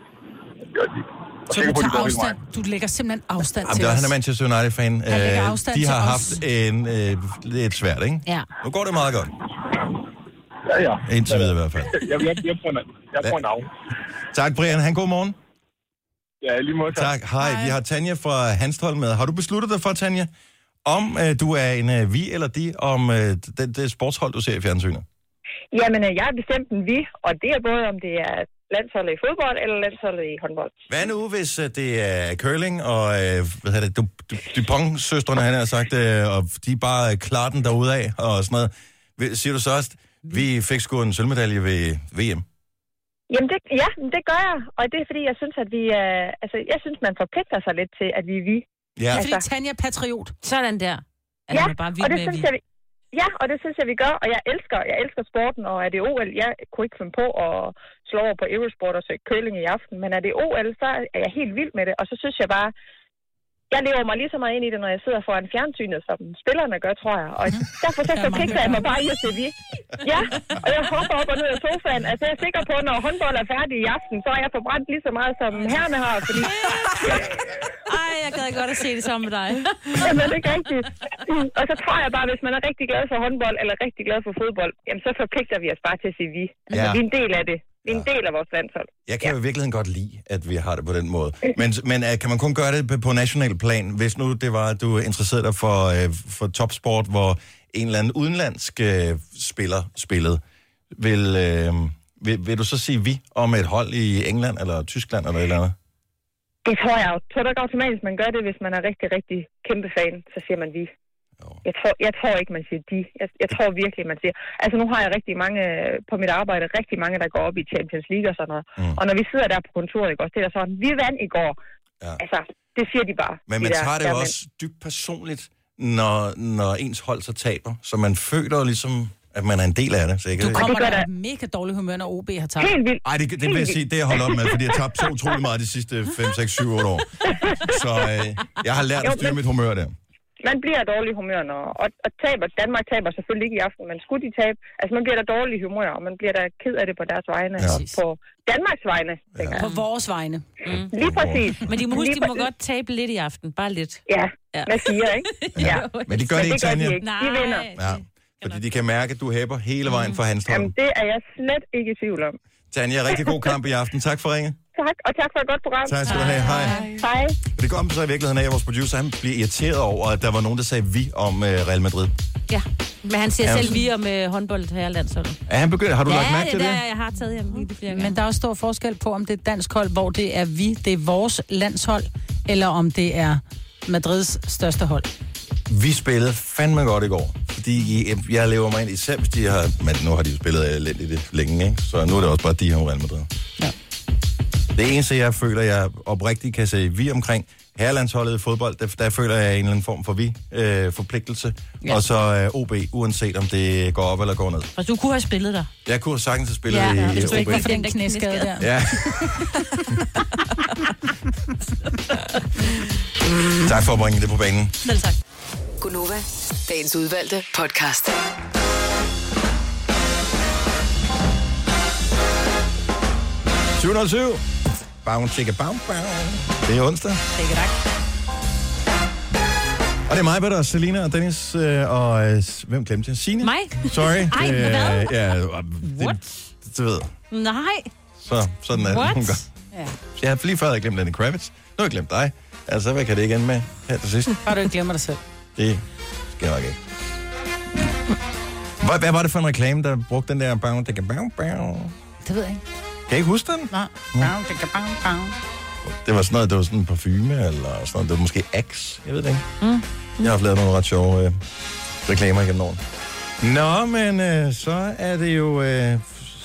Så du tager afstand. Du lægger simpelthen afstand Jamen, til der, os. Han er Manchester United-fan. Øh, de har haft os. en øh, lidt svært, ikke? Ja. Nu går det meget godt. Ja, ja. Indtil videre i hvert fald. Jeg, jeg, jeg prøver, jeg prøver navn. Tak, Brian. Han god morgen. Ja, lige måde. Tak. Hej. Vi har Tanja fra Hanstholm med. Har du besluttet dig for, Tanja, om øh, du er en øh, vi eller de, om øh, det, det sportshold, du ser i fjernsynet? Jamen, jeg har bestemt en vi, og det er både, om det er landsholdet i fodbold eller landsholdet i håndbold. Hvad nu, hvis uh, det er curling, og uh, hvad hedder det, Dupont-søstrene, han har sagt, uh, og de bare klarer den derudad og sådan noget. Siger du så også, vi fik sgu en sølvmedalje ved V M? Jamen, det, ja, det gør jeg. Og det er fordi, jeg synes, at vi uh, altså, jeg synes, man forpligter sig lidt til, at vi er vi. Ja. Altså, fordi Tanja er patriot. Sådan der. Altså, ja, bare og det synes jeg, vi... Ja, og det synes jeg, vi gør, og jeg elsker, jeg elsker sporten, og er det O L, jeg kunne ikke finde på at slå over på Eurosport og se curling i aften, men er det O L, så er jeg helt vild med det, og så synes jeg bare, jeg lever mig lige så meget ind i det, når jeg sidder foran fjernsynet, som spillerne gør, tror jeg, og derfor så forpligter jeg mig bare i at se vi. Ja, og jeg hopper op og ned af sofaen, altså jeg er sikker på, når håndbold er færdig i aften, så er jeg forbrændt lige så meget, som herrene har, fordi... Ej, jeg gad godt at se det sammen med dig. Jamen, det er ikke rigtigt. Og så tror jeg bare, hvis man er rigtig glad for håndbold, eller rigtig glad for fodbold, jamen så forpligter vi os bare til at sige vi. Altså, ja. Vi er en del af det. Vi er en del af vores landshold. Jeg kan ja. jo i virkeligheden godt lide, at vi har det på den måde. Men, men kan man kun gøre det på national plan, hvis nu det var, at du interesserede dig for, for topsport, hvor en eller anden udenlandsk uh, spiller spillede? Vil, uh, vil, vil du så sige vi om et hold i England eller Tyskland eller et eller andet? Det tror jeg jo. Jeg tror da ikke automatisk, man gør det, hvis man er rigtig, rigtig kæmpe fan, så siger man vi. Jeg tror, jeg tror ikke, man siger de. Jeg, jeg tror virkelig, man siger... Altså, nu har jeg rigtig mange på mit arbejde, rigtig mange, der går op i Champions League og sådan noget. Mm. Og når vi sidder der på kontoret, ikke også, det er der sådan, vi vandt i går. Ja. Altså, det siger de bare. Men man de tager det jo også dybt personligt, når, når ens hold så taber. Så man føler ligesom, at man er en del af det. Så jeg du kommer der af mega dårlig humør, når O B har tabt. Helt vildt. Ej, det, det vil jeg sige, det jeg holder op med, fordi jeg har tabt så utrolig meget de sidste fem, seks, syv, otte år. Så øh, jeg har lært at styre mit humør der. man bliver i dårlig humør, når, og, og taber, Danmark taber selvfølgelig ikke i aften, men skulle de tabe, altså man bliver da dårlig humør, og man bliver da ked af det på deres vegne, Ja. og på Danmarks vegne, tænker jeg. På vores vegne. Mm. Lige præcis. Men de må huske, Lige de må præcis. godt tabe lidt i aften. Bare lidt. Ja, Ja. med fire, ikke? Ja. Men det gør Men det ikke, det gør Tanja. de ikke. De vinder. Ja, fordi de kan mærke, at du hæpper hele vejen fra hans Jamen, det er jeg slet ikke i tvivl om. Tanja, rigtig god kamp i aften. Tak for ringe. Tak, og tak for et godt program. Tak skal du have. Hej. Hej. Og det går om så i virkeligheden af, at vores producer han bliver irriteret over, at der var nogen, der sagde vi om uh, Real Madrid. Ja, men han siger Ja, selv så- vi om øh, håndbold her landsholdet. Er han begyndt? Har du Ja, lagt mærke til det? det? Ja, jeg har taget hjem lige det flere gange. Men der er jo stor forskel på, om det er et dansk hold, hvor det er vi, det er vores landshold, eller om det er Madrids største hold. Vi spillede fandme godt i går, fordi jeg, jeg lever mig ind, især hvis de har, men nu har de jo spillet elendigt længe, ikke? Så nu er det også bare de her Real Madrid. Ja. Det eneste, jeg føler, jeg oprigtigt kan sige vi omkring herrelandsholdet i fodbold, der, der føler jeg en eller anden form for vi-forpligtelse. Øh, Ja. og så øh, O B, uanset om det går op eller går ned. Og du kunne have spillet der. Jeg kunne sagtens have spillet Ja, i ja, øh, hvis du O ikke B. var For den knæskade der. Ja. Tak for at bringe det på banen. Selv tak. Gunova, dagens udvalgte podcast. syv nul syv. Bound, chicka, bound, bound. Det er onsdag. Det er tak. Og det er mig, Peter, Selina og Dennis, øh, og øh, hvem glemte jeg? Signe? Mig? Sorry. Ej, Det, øh, hvad? Ja, det, What? det, det ved Nej. Så sådan er det. What? Hun gør. Ja. Jeg har lige før jeg glemt Lenny Kravitz. Nu har jeg glemt dig. Altså, hvad kan det ikke ende med her til sidst? Bare du ikke glemmer dig selv. Det skal jeg nok ikke. Hvad, hvad var det for en reklame, der brugte den der bound, chicka, bound, bound? Det ved jeg ikke. Kan I ikke huske den? Nej. Bang, bang, bang, bang. Det var sådan noget, det var sådan en parfume, eller sådan noget. Det var måske Axe, jeg ved det ikke. Mm. Jeg har haft lavet nogle ret sjove øh, reklamer igennem årene. Nå, men øh, så er det jo øh,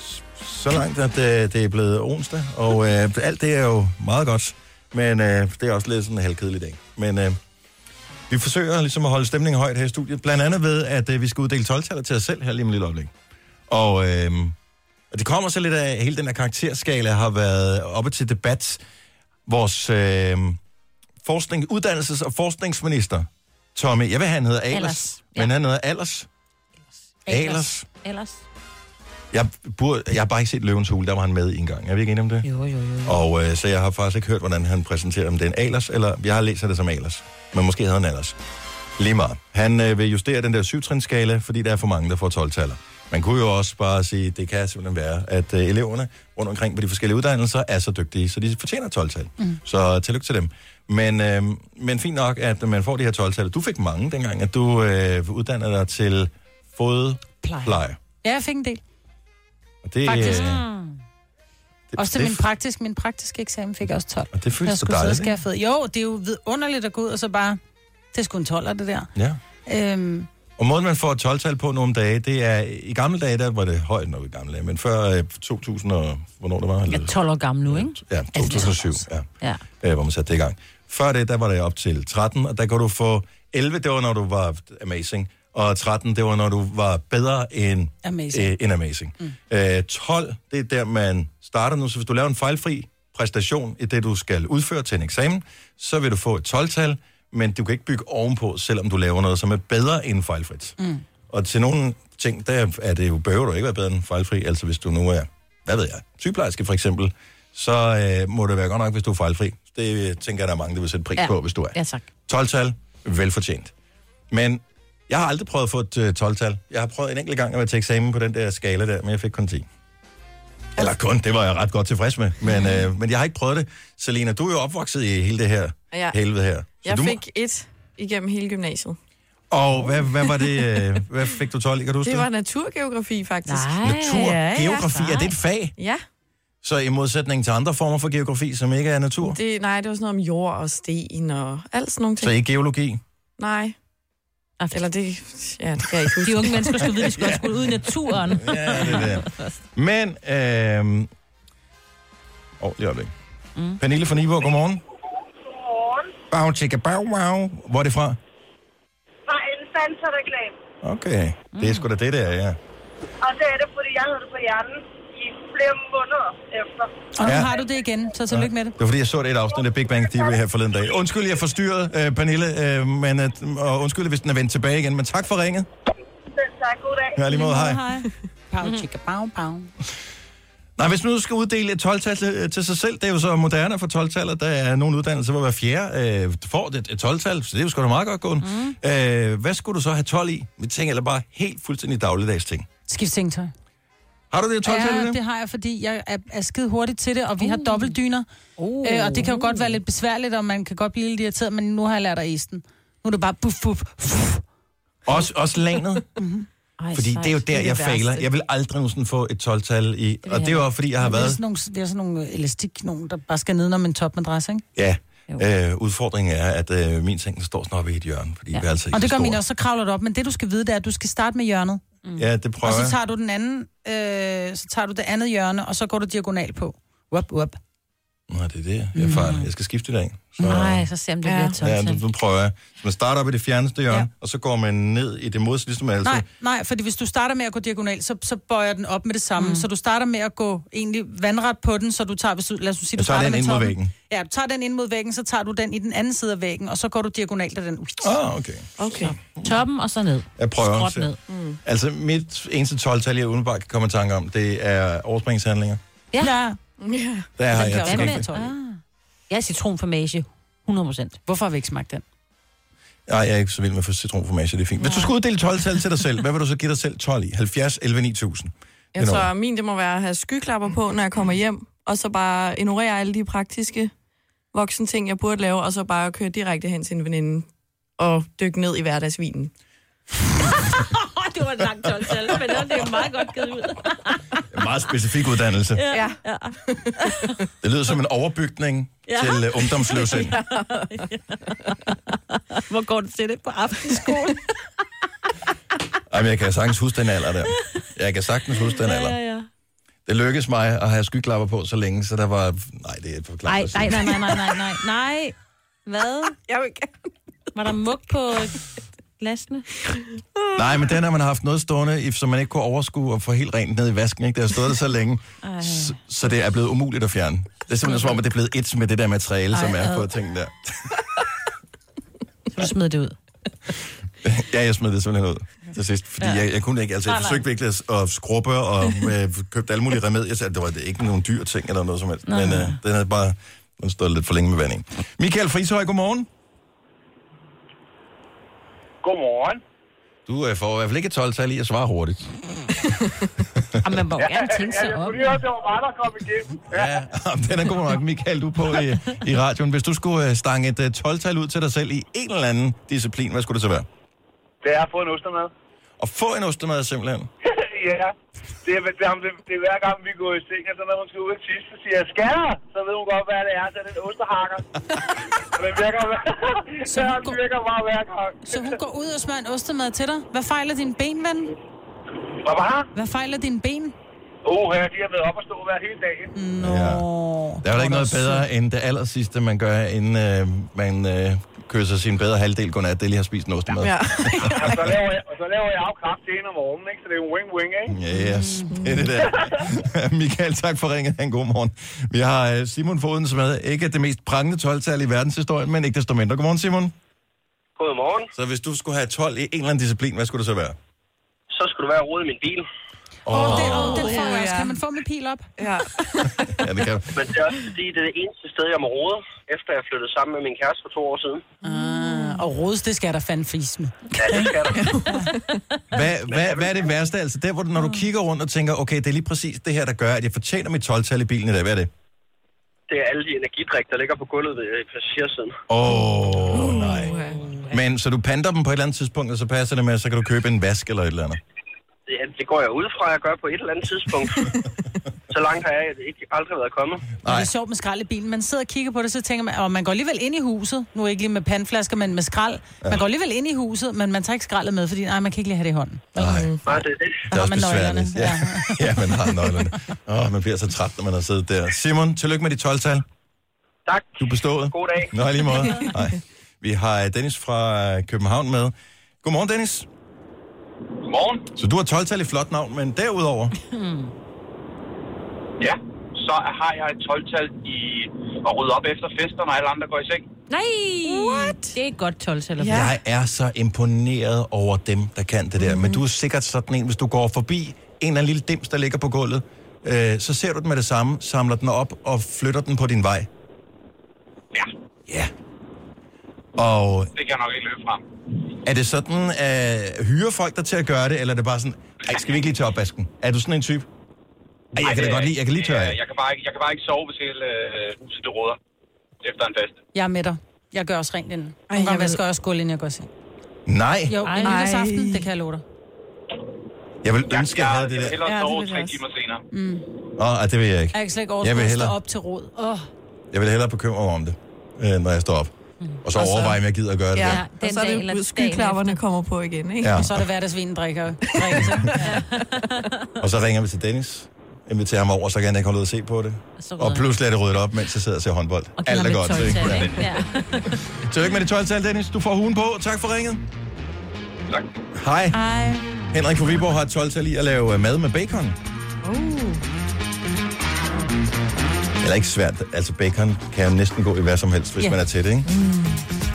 så langt, at øh, det er blevet onsdag, og øh, alt det er jo meget godt, men øh, det er også lidt sådan en halvkedelig dag. Men øh, vi forsøger ligesom at holde stemningen højt her i studiet, blandt andet ved, at øh, vi skal uddele tolv-taller til os selv her lige om et lille øjeblik. Og, øh, og det kommer så lidt af, at hele den her karakterskala har været oppe til debat. Vores øh, forskning, uddannelses- og forskningsminister, Tommy, jeg vil have, han hedder Alers, Ahlers, ja. men han hedder Allers. Alers. Ellers. Jeg, burde, jeg har bare ikke set Løvens Hule, der var han med en gang. Er vi ikke enige om det? Jo, jo, jo. Og øh, så jeg har faktisk ikke hørt, hvordan han præsenterer dem. Det er en Alers, eller jeg har læst det som Alers. Men måske hedder han Allers. Lige meget. Han øh, vil justere den der syv-trinsskala, fordi der er for mange, der får tolv-taller. Man kunne jo også bare sige, det kan simpelthen være, at øh, eleverne rundt omkring på de forskellige uddannelser er så dygtige, så de fortjener tolv-tal. Mm. Så tillykke til dem. Men, øh, men fint nok, at man får de her tolv-tal. Du fik mange dengang, at du øh, uddannede dig til fodplejer. Ja, jeg fik en del. Og det, Faktisk. øh, Mm. det, Også til det, min praktisk, min praktiske eksamen fik jeg også tolv. og det føles Jeg så skulle sidde og dejligt. skære fed. Jo, det er jo vidunderligt at gå ud og så bare... Det skulle en tolver, det der. Ja. Øhm, Og måden, man får et tolv-tal på nogle dage, det er, i gamle dage, der var det højt nok i gamle dage, men før øh, to tusind og, hvornår det var? Jeg er tolv år gammel nu, ikke? Ja, to tusind og syv, ja, Ja. øh, hvor man satte det i gang. Før det, der var det op til tretten, og der kunne du få elleve, det var, når du var amazing, og tretten, det var, når du var bedre end Amazing. Øh, end amazing. Mm. Øh, tolv, det er der, man starter nu, så hvis du laver en fejlfri præstation i det, du skal udføre til en eksamen, så vil du få et tolv-tal, men du kan ikke bygge ovenpå, selvom du laver noget, som er bedre end fejlfrit. Mm. Og til nogle ting, der er det jo, behøver du ikke være bedre end fejlfri, altså hvis du nu er, hvad ved jeg, sygeplejerske for eksempel, så øh, må det være godt nok, hvis du er fejlfri. Det tænker jeg, der er mange, der vil sætte pris Ja. på, hvis du er. Ja, tak. tolv-tal, velfortjent. Men jeg har aldrig prøvet at få et uh, tolv-tal. Jeg har prøvet en enkelt gang at være til eksamen på den der skala der, men jeg fik kun ti. Eller kun, det var jeg ret godt tilfreds med. Men, øh, men jeg har ikke prøvet det. Selina, du er jo opvokset i hele det her Ja. helvede her. Så Jeg du må... fik et igennem hele gymnasiet. Og hvad, hvad var det? Øh, hvad fik du tolv i? Kan du huske Det var naturgeografi, faktisk. Nej. Natur, ja, ja. geografi, er det et fag? Ja, Så i modsætning til andre former for geografi, som ikke er natur? det, nej, det var sådan noget om jord og sten og alt sådan nogle ting. Så ikke geologi? Nej. Eller det, ja, det kan jeg ikke huske. De unge mennesker skulle vide, at de skulle, skulle ud i naturen. Ja, det er det. Men, øh... Åh, oh, lige øjeblik. Mm. Pernille fra Nivå, godmorgen. Godmorgen. Bow, chicka, bow, wow. Hvor er det fra? Fra en Fanta-reklame. Okay, det er sgu da det der, ja. Og det er det, fordi jeg havde det på hjernen i flere måneder efter. Og nu Ja. har du det igen, så tillykke med det. Det var fordi, jeg så et afsnit af Big Bang Theory her forleden dag. Undskyld, jeg forstyrrede, øh, Pernille, øh, men, øh, og undskyld, hvis den er vendt tilbage igen, men tak for ringet. Selv tak, god dag. Ja, lige måde, hej. Hej. Pau, chica, pau, pau. Nej, hvis man nu skal uddele et tolv-tal til, til sig selv, det er jo så moderne for tolv-tallet. Der er nogle uddannelser, hvor hver fjerde øh, får et, et tolv-tal, så det er jo sgu da meget godt gået. Mm. Øh, hvad skulle du så have tolv i? Vi tænker eller bare helt fuldstændig dagligdags ting. Skift sengetøj. Har du det tolv-tal i Ja, det? det har jeg, fordi jeg er, er skide hurtigt til det, og vi uh. har dobbeltdyner. Uh. Øh, og det kan jo godt være lidt besværligt, og man kan godt blive lidt irriteret, men nu har jeg lært at æse den. Nu er det bare buff, buff, buff. Også, også lanet? Mm-hmm. Ej, Fordi sejt. det er jo der, Det er det jeg fejler. værste. Jeg vil aldrig nogensinde få et tolv-tal i. vil Og det er jeg jo også, fordi jeg har Vi har været... sådan nogle, vi har sådan nogle elastik, nogen, der bare skal ned om en topmadras, ikke? Ja, øh, udfordringen er, at øh, min seng står sådan oppe i et hjørne, fordi ja. vi er altså ikke Og det så gør store. min også, så kravler du op. Men det, du skal vide, det er, at du skal starte med hjørnet. Mm. Ja, det prøver Og så jeg. tager du den anden, øh, så tager du det andet hjørne, og så går du diagonal på. Wop, wop. Nå, det er det. Jeg, er fejl. jeg skal skifte i dag. Så, Nej, så ser om det Ja. bliver ja, tolv-tal. nu, nu prøver jeg. Så man starter op i det fjerneste hjørne, Ja. og så går man ned i det modsatte, ligesom altså. Nej, nej, fordi hvis du starter med at gå diagonal, så, så bøjer den op med det samme. Mm. Så du starter med at gå egentlig vandret på den, så du tager, hvis du, lad os sige, du Jeg tager starter den med ind mod toppen. væggen. Ja, du tager den ind mod væggen, så tager du den i den anden side af væggen, og så går du diagonalt af den. Ah, okay. Okay. Toppen og så ned. Jeg prøver. Skråt Så. ned. Mm. Altså, mit eneste tolv-tal, jeg umiddelbart kan komme i tanke om, det er overspringshandlinger. Ja. Ja. Ja. Der har Den jeg kan til også gengæld- være tolv. Ah. Jeg er citronformage. hundrede procent. Hvorfor har vi ikke smagt den? Nej, jeg er ikke så vild med citronformage, det er fint. Hvis du skulle uddele tolv-tal til dig selv, hvad vil du så give dig selv tolv i? halvfjerds elleve ni tusind. Jeg tror, min det må være at have skyklapper på, når jeg kommer hjem, og så bare ignorere alle de praktiske voksne ting, jeg burde lave, og så bare køre direkte hen til en veninde og dykke ned i hverdagsvinen. Det var et langt tolv-tal, men det er meget godt givet ud. En meget specifik uddannelse. Ja. Ja. Det lyder som en overbygning Ja. til uh, ungdomsløsning. Hvor går du til det på aftenskole? Ej, men jeg kan sagtens huske den alder der. Jeg kan sagtens huske den alder. Ja, ja. Det lykkedes mig at have skyklapper på så længe, så der var... Nej, det er for klart. Nej, at sige. nej, nej, nej, nej, nej, nej. Nej. Hvad? Jeg vil gerne. Var der mug på glasene? Nej, men den har man haft noget stående, i- som man ikke kunne overskue og få helt rent ned i vasken. Ikke? Det har stået der så længe, så, så det er blevet umuligt at fjerne. Det er simpelthen som om, at det er blevet et med det der materiale, som er på tingene der. Så du smed det ud. Ja, jeg smed det simpelthen ud til sidst, fordi Ja. jeg, jeg kunne ikke, altså jeg Nej, nej. forsøgte virkelig at, at skrubbe og øh, købte alle mulige remedier. Jeg sagde, at det var ikke nogen dyr ting eller noget som helst, Nej, men nej. øh, den havde bare den stod lidt for længe med vand i. Michael Frishøj, godmorgen. Godmorgen. Du øh, får i hvert fald ikke et tolv-tal i at svare hurtigt. Og man må jo gerne tænke sig jeg op. skulle lige også, det var mig, der kom igennem. Ja, den er god nok, Michael, du er på i, i radioen. Hvis du skulle øh, stange et uh, tolv-tal ud til dig selv i en eller anden disciplin, hvad skulle det så være? Det er at få en ostemad. At få en ostemad simpelthen. Ja, det er, det, er, det, det er hver gang, vi går i seng, og så når hun skal ud og tisse, så siger jeg, skal der? Så ved hun godt, hvad det er, så er det en ostehakker. Og det virker, Så så hun det går- virker bare hver gang. Så hun går ud og smører en ostemad til dig. Hvad fejler dine ben, ven? Hvad var det? Hvad fejler dine ben? Åh, her, de har været op og stå hver hele dagen. Nå. Ja. Der er jo ikke noget bedre end det aller sidste, man gør, inden øh, man øh, kysser sin bedre halvdel godnat. Det er lige at spise en ostemad. Ja. Og så laver jeg, og så laver jeg jo kraft til en om morgenen, ikke? Så det er jo wing-wing, ikke? Yes, det er det der. Michael, tak for ringet. En god morgen. Vi har øh, Simon Foden, som er ikke det mest prangende tolv-tal i verdenshistorien, men ikke desto mindre. Godmorgen, Simon. Godmorgen. Så hvis du skulle have tolv i en eller anden disciplin, hvad skulle det så være? Så skulle du være rode i min bil. Åh, oh, det, oh, den får ja, jeg også. ja. Kan man få med pil op? Ja. Ja, det kan du. Men det er også fordi, det er det eneste sted, jeg må rode, efter jeg flyttede sammen med min kæreste for to år siden. Ah, og rodes, det skal der fandme fis med. Ja, det skal der. Hvad, hvad, hvad er det værste? Altså der, hvor du, når du kigger rundt og tænker, okay, det er lige præcis det her, der gør, at jeg fortjener mit tolv-tal i bilen i dag. Hvad er det? Det er alle de energidrik, der ligger på gulvet ved passagersiden. Åh, oh, nej. Men så du panter dem på et eller andet tidspunkt, og så passer det med, så kan du købe en vask eller et eller andet. Det, det går jeg ud fra, at jeg gør på et eller andet tidspunkt. Så langt har jeg ikke aldrig været kommet. Og det er sjovt med skrald i bilen. Man sidder og kigger på det, så tænker man, og man går alligevel ind i huset. Nu ikke lige med pandflasker, men med skrald. Ja. Man går alligevel ind i huset, men man tager ikke skraldet med, fordi nej, man kan ikke lige have det i hånden. Nej, Nej, det er det. det er også man nøglerne, besværligt. Ja. ja, man har nøglerne. Åh, oh, man bliver så træt, når man har siddet der. Simon, tillykke med de tolv-tal. Tak. Du er bestået. God dag. Nå, i lige måde. Nej. Vi har Dennis fra København med. Godmorgen, Dennis. Godmorgen. Så du har tolv-tal i flot navn, men derudover... Ja, så har jeg et tolv-tal i at rydde op efter fester, når alle andre går i seng. Nej! What? Det er et godt tolv-tal. Ja. Jeg er så imponeret over dem, der kan det der. Mm. Men du er sikkert sådan en, hvis du går forbi en eller anden lille dims, der ligger på gulvet, øh, så ser du den med det samme, samler den op og flytter den på din vej. Ja. Ja. Og det kan jeg nok ikke løbe frem. Er det sådan, at uh, hyre folk der til at gøre det, eller er det bare sådan, ej, skal vi ikke lige tørre opvasken? Er du sådan en type? Ej, jeg kan da godt lide, jeg kan lige tørre af. Jeg kan bare ikke, jeg kan bare ikke sove, hvis hele uh, huset det råder efter en fest. Jeg er med dig. Jeg gør også rent inden. Nogle gange vasker jeg også gulv, inden jeg går i seng. Nej. Jo, i nytårsaften, det kan jeg love dig. Jeg vil ønske, jeg, at jeg havde det der. der. Jeg vil hellere sove tre timer senere. Mm. Åh, oh, det vil jeg ikke. Jeg kan slet ikke overskue at stå op til rod. Oh. Jeg vil hellere bekymre mig om det, når jeg står op. Mm. Og så og så, overveje, om jeg gider at gøre det. Ja, der. og så er det, at skyklapperne kommer på igen, ikke? Ja. Og så er det hverdagsvinen drikker. drikker så. Ja. Og så ringer vi til Dennis, inviterer ham over, så kan han ikke holde ud at se på det. Og, og pludselig er det ryddet op, mens jeg sidder og ser håndbold. Alt er godt, ikke? Ja. Ja. Tillykke med det tolv-tal, Dennis. Du får hugen på. Tak for ringet. Tak. Hej. Hej. Henrik fra Viborg har et tolv-tal i at lave mad med bacon. Uh. Eller ikke svært. Altså bacon kan jo næsten gå i hvad som helst, hvis yeah. man er tæt, ikke? Mm.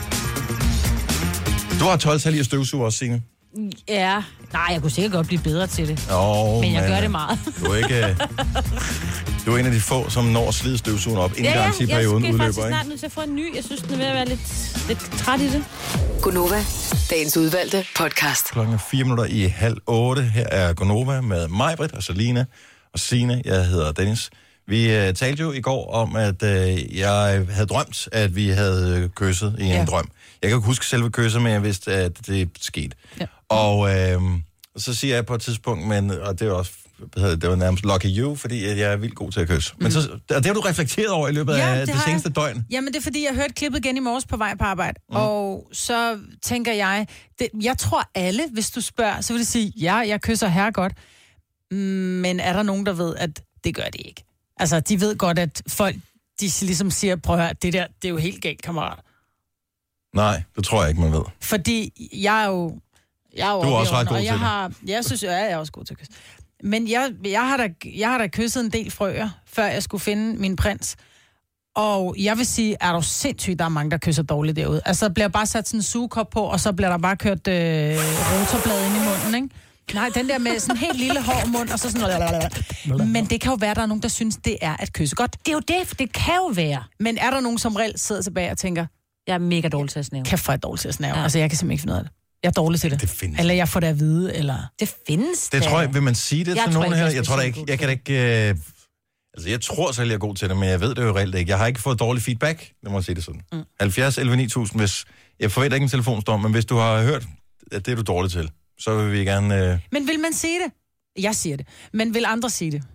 Du har tolv-tal i at støvsuge også, Signe. Ja. Nej, jeg kunne sikkert godt blive bedre til det. Oh, men jeg man. gør det meget. Du er ikke... Du er en af de få, som når at slide støvsugen op, inden ja, garantiperioden udløber, ikke? Jeg skal faktisk snart nødt til at få en ny. Jeg synes, den er ved at være lidt, lidt træt i det. Gonova, dagens udvalgte podcast. Klokken er fire minutter i halv otte. Her er Gonova med Majbrit og Selina og Signe. Jeg hedder Dennis. Vi uh, talte jo i går om, at uh, jeg havde drømt, at vi havde kysset i en ja. drøm. Jeg kan ikke huske selve kysset, men jeg vidste, at det skete. Ja. Og uh, så siger jeg på et tidspunkt, men, og det var også det var nærmest lucky you, fordi jeg er vildt god til at kysse. Mm. Men så, og det har du reflekteret over i løbet ja, af det, det seneste jeg. døgn. Jamen det er fordi, jeg hørte klippet igen i morges på vej på arbejde. Mm. Og så tænker jeg, det, jeg tror alle, hvis du spørger, så vil de sige, ja, jeg kysser her godt. Men er der nogen, der ved, at det gør de ikke? Altså, de ved godt, at folk, de ligesom siger, prøv at høre, det der, det er jo helt galt, kammerat. Nej, det tror jeg ikke, man ved. Fordi jeg er jo... Jeg er jo du er også ret god til jeg det. Har, jeg synes, jeg er også god til at kysse. Men jeg, jeg, har da, jeg har da kysset en del frøer, før jeg skulle finde min prins. Og jeg vil sige, er du sindssygt, der er mange, der kysser dårligt derude. Altså, der bliver bare sat sådan en sugekop på, og så bliver der bare kørt øh, rotorblad ind i munden, ikke? Nej, den der med sådan en helt lille hård mund, og så sådan... Men det kan jo være, der er nogen, der synes, det er at kysse godt. Det er jo det, for det kan jo være. Men er der nogen, som reelt sidder tilbage og tænker... Jeg er mega dårlig til at snæve. Kæft, for jeg er dårlig til at snæve. Ja. Altså, jeg kan simpelthen ikke finde ud af det. Jeg er dårlig til det. Det findes. Eller jeg får det at vide, eller... Det findes det. tror jeg, vil man sige det jeg til nogen ikke, her? Jeg tror da ikke, jeg kan da ikke... Øh... Altså, jeg tror selv, jeg er god til det, men jeg ved det jo reelt ikke. Jeg har ikke fået dårlig feedback, det må jeg sige det sådan. Mm. halvfjerds elleve ni tusind, hvis... Jeg forventer ikke en telefonstorm, men hvis du har hørt, at det er du dårlig til, så vil vi gerne... Øh... Men vil man sige det? Jeg siger det. Men vil andre sige det?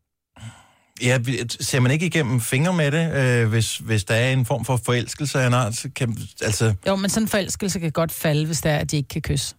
Ja, ser man ikke igennem fingre med det, øh, hvis, hvis der er en form for forelskelse af en art, så kan... Altså... Jo, men sådan en forelskelse kan godt falde, hvis det er, at de ikke kan kysse.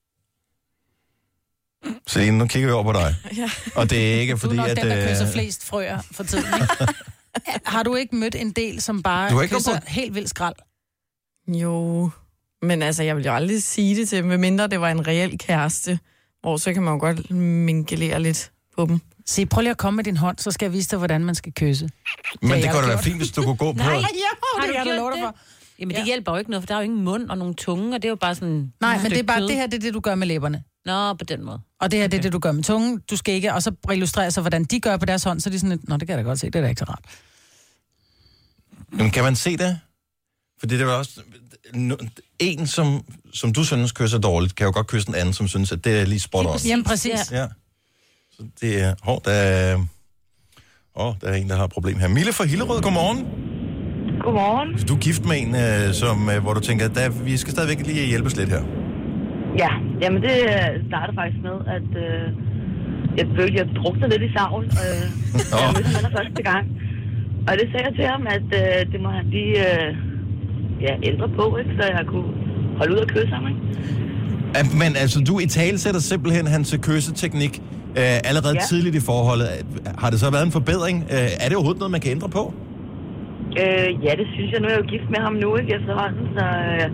Celine, nu kigger vi over på dig. Ja. Og det er ikke fordi, at... Du er nok at, den, der øh... kysser flest frøer for tiden, ikke? Har du ikke mødt en del, som bare kysser på... helt vildt skrald? Jo, men altså, jeg vil jo aldrig sige det til dem, medmindre det var en reel kæreste, hvor så kan man jo godt mingelere lidt på dem. Se, prøv lige at komme med din hånd, så skal jeg vise dig, hvordan man skal kysse. Men det, det kunne da være fint, hvis du kunne gå på... Nej, ja, har det du har gjort lov det? for. Jamen, det ja. hjælper jo ikke noget, for der er jo ingen mund og nogle tunge, og det er jo bare sådan... Nej, men det er bare kød. Det her, det er det, du gør med læberne. Nå, på den måde. Og det her, okay. det er det, du gør med tungen. Du skal ikke... Og så illustrerer sig, hvordan de gør på deres hånd, så er de sådan lidt... Nå, det kan jeg da godt se, det er da ikke så rart. Men kan man se det? Fordi det er også... En, som, som du synes kysser dårligt, kan jo godt kysse en anden, som synes, at det er lige spot on. Jamen, præcis. Ja. Så det er... Hov, der er... Åh, oh, der er en, der har et problem her. Mille fra Hillerød, godmorgen. Godmorgen. Så du er gift med en, øh, som, øh, hvor du tænker, der, vi skal stadigvæk lige hjælpes lidt her. Ja, jamen det startede faktisk med, at øh, jeg følte, at jeg druknede lidt i savl, øh, da jeg mødte ham første gang. Og det sagde jeg til ham, at øh, det må han lige øh, ja, ændre på, ikke? Så jeg kunne holde ud og kysse ham, ikke? Men altså, du i tale sætter simpelthen hans kysseteknik øh, allerede ja. tidligt i forholdet. Har det så været en forbedring? Øh, er det overhovedet noget, man kan ændre på? Øh, ja, det synes jeg. Nu er jeg jo gift med ham nu, ikke? Efterhånden, så øh,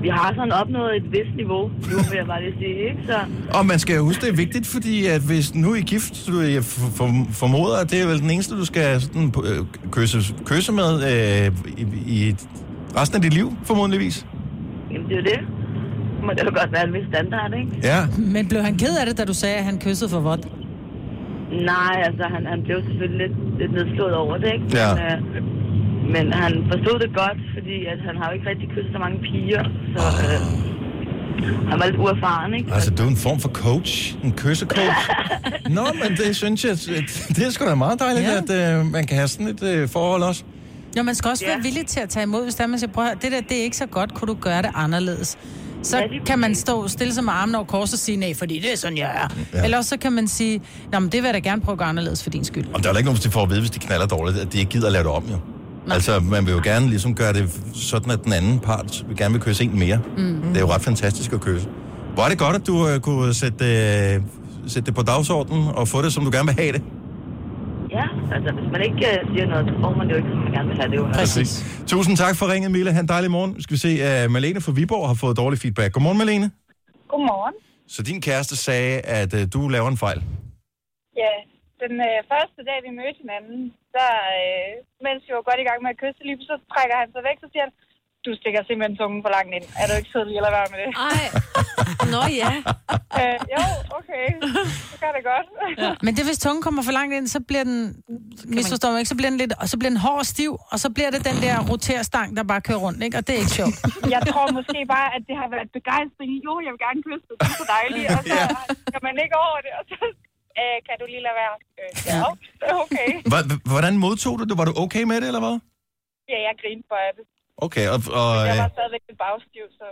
vi har sådan opnået et vist niveau, nu vil jeg bare lige sige, ikke? Så... Og man skal huske, det er vigtigt, fordi at hvis nu I er gift, du jeg for, formoder, at det er vel den eneste, du skal sådan, øh, kysse, kysse med øh, i, i resten af dit liv, formodentligvis. Jamen, det er jo det. Må det jo godt være en vis standard, ikke? Ja. Men blev han ked af det, da du sagde, at han kyssede for vådt? Nej, altså, han, han blev selvfølgelig lidt, lidt nedslået over det, ikke? Ja. Men, øh, men han forstod det godt, fordi at han har jo ikke rigtig kysset så mange piger, så øh, han var lidt uerfaren, ikke? Altså, du er en form for coach, en kyssecoach. Nå, men det synes jeg, det er sgu da meget dejligt, ja. at øh, man kan have sådan et øh, forhold også. Jo, man skal også Ja. være villig til at tage imod, hvis der man siger, prøv at høre, det der, det er ikke så godt, kunne du gøre det anderledes? Så Ja, det- kan man stå stille sig med armen over kors og sige nej, fordi det er sådan, jeg er. Ja. Eller også så kan man sige, nå, men det vil jeg da gerne prøve at gøre anderledes for din skyld. Og der er jo ikke nogen, der får at vide, hvis de knaller dårligt, at de ikke gider at lave det om, jo. Nej. Altså, man vil jo gerne ligesom gøre det sådan, at den anden part vil gerne vil kysse en mere. Mm. Det er jo ret fantastisk at kysse. Hvor er det godt, at du uh, kunne sætte, uh, sætte det på dagsordenen og få det, som du gerne vil have det. Ja, altså, hvis man ikke uh, siger noget, så får man det jo ikke, som man gerne vil have det. Jo. Præcis. Tusind tak for ringet, Mille. Ha' en dejlig morgen. Nu skal vi se, at uh, Malene fra Viborg har fået dårlig feedback. Godmorgen, Malene. Godmorgen. Så din kæreste sagde, at uh, du laver en fejl. Ja, den øh, første dag, vi mødte hinanden, der, øh, mens vi var godt i gang med at kysse, lige så trækker han sig væk, så siger han, du stikker simpelthen tungen for langt ind. Er du ikke sød lige at lade være med det? Ej. Nå ja. øh, jo, okay. Så gør det godt. Ja. Men det, hvis tungen kommer for langt ind, så bliver den, misforstår man ikke, så bliver den lidt, og så bliver den hård og stiv, og så bliver det den der roterstang, der bare kører rundt, ikke? Og det er ikke sjovt. Jeg tror måske bare, at det har været begejstring. Jo, jeg vil gerne kysse dig. Det er så dejligt. Og så kan man ikke over det, og så øh, kan du lige lade være. Øh, ja, okay. H- Hvordan modtog du det? Var du okay med det, eller hvad? Ja, jeg grinte for det. Okay, og... og Jeg øh, var stadigvæk lidt bagstiv, så...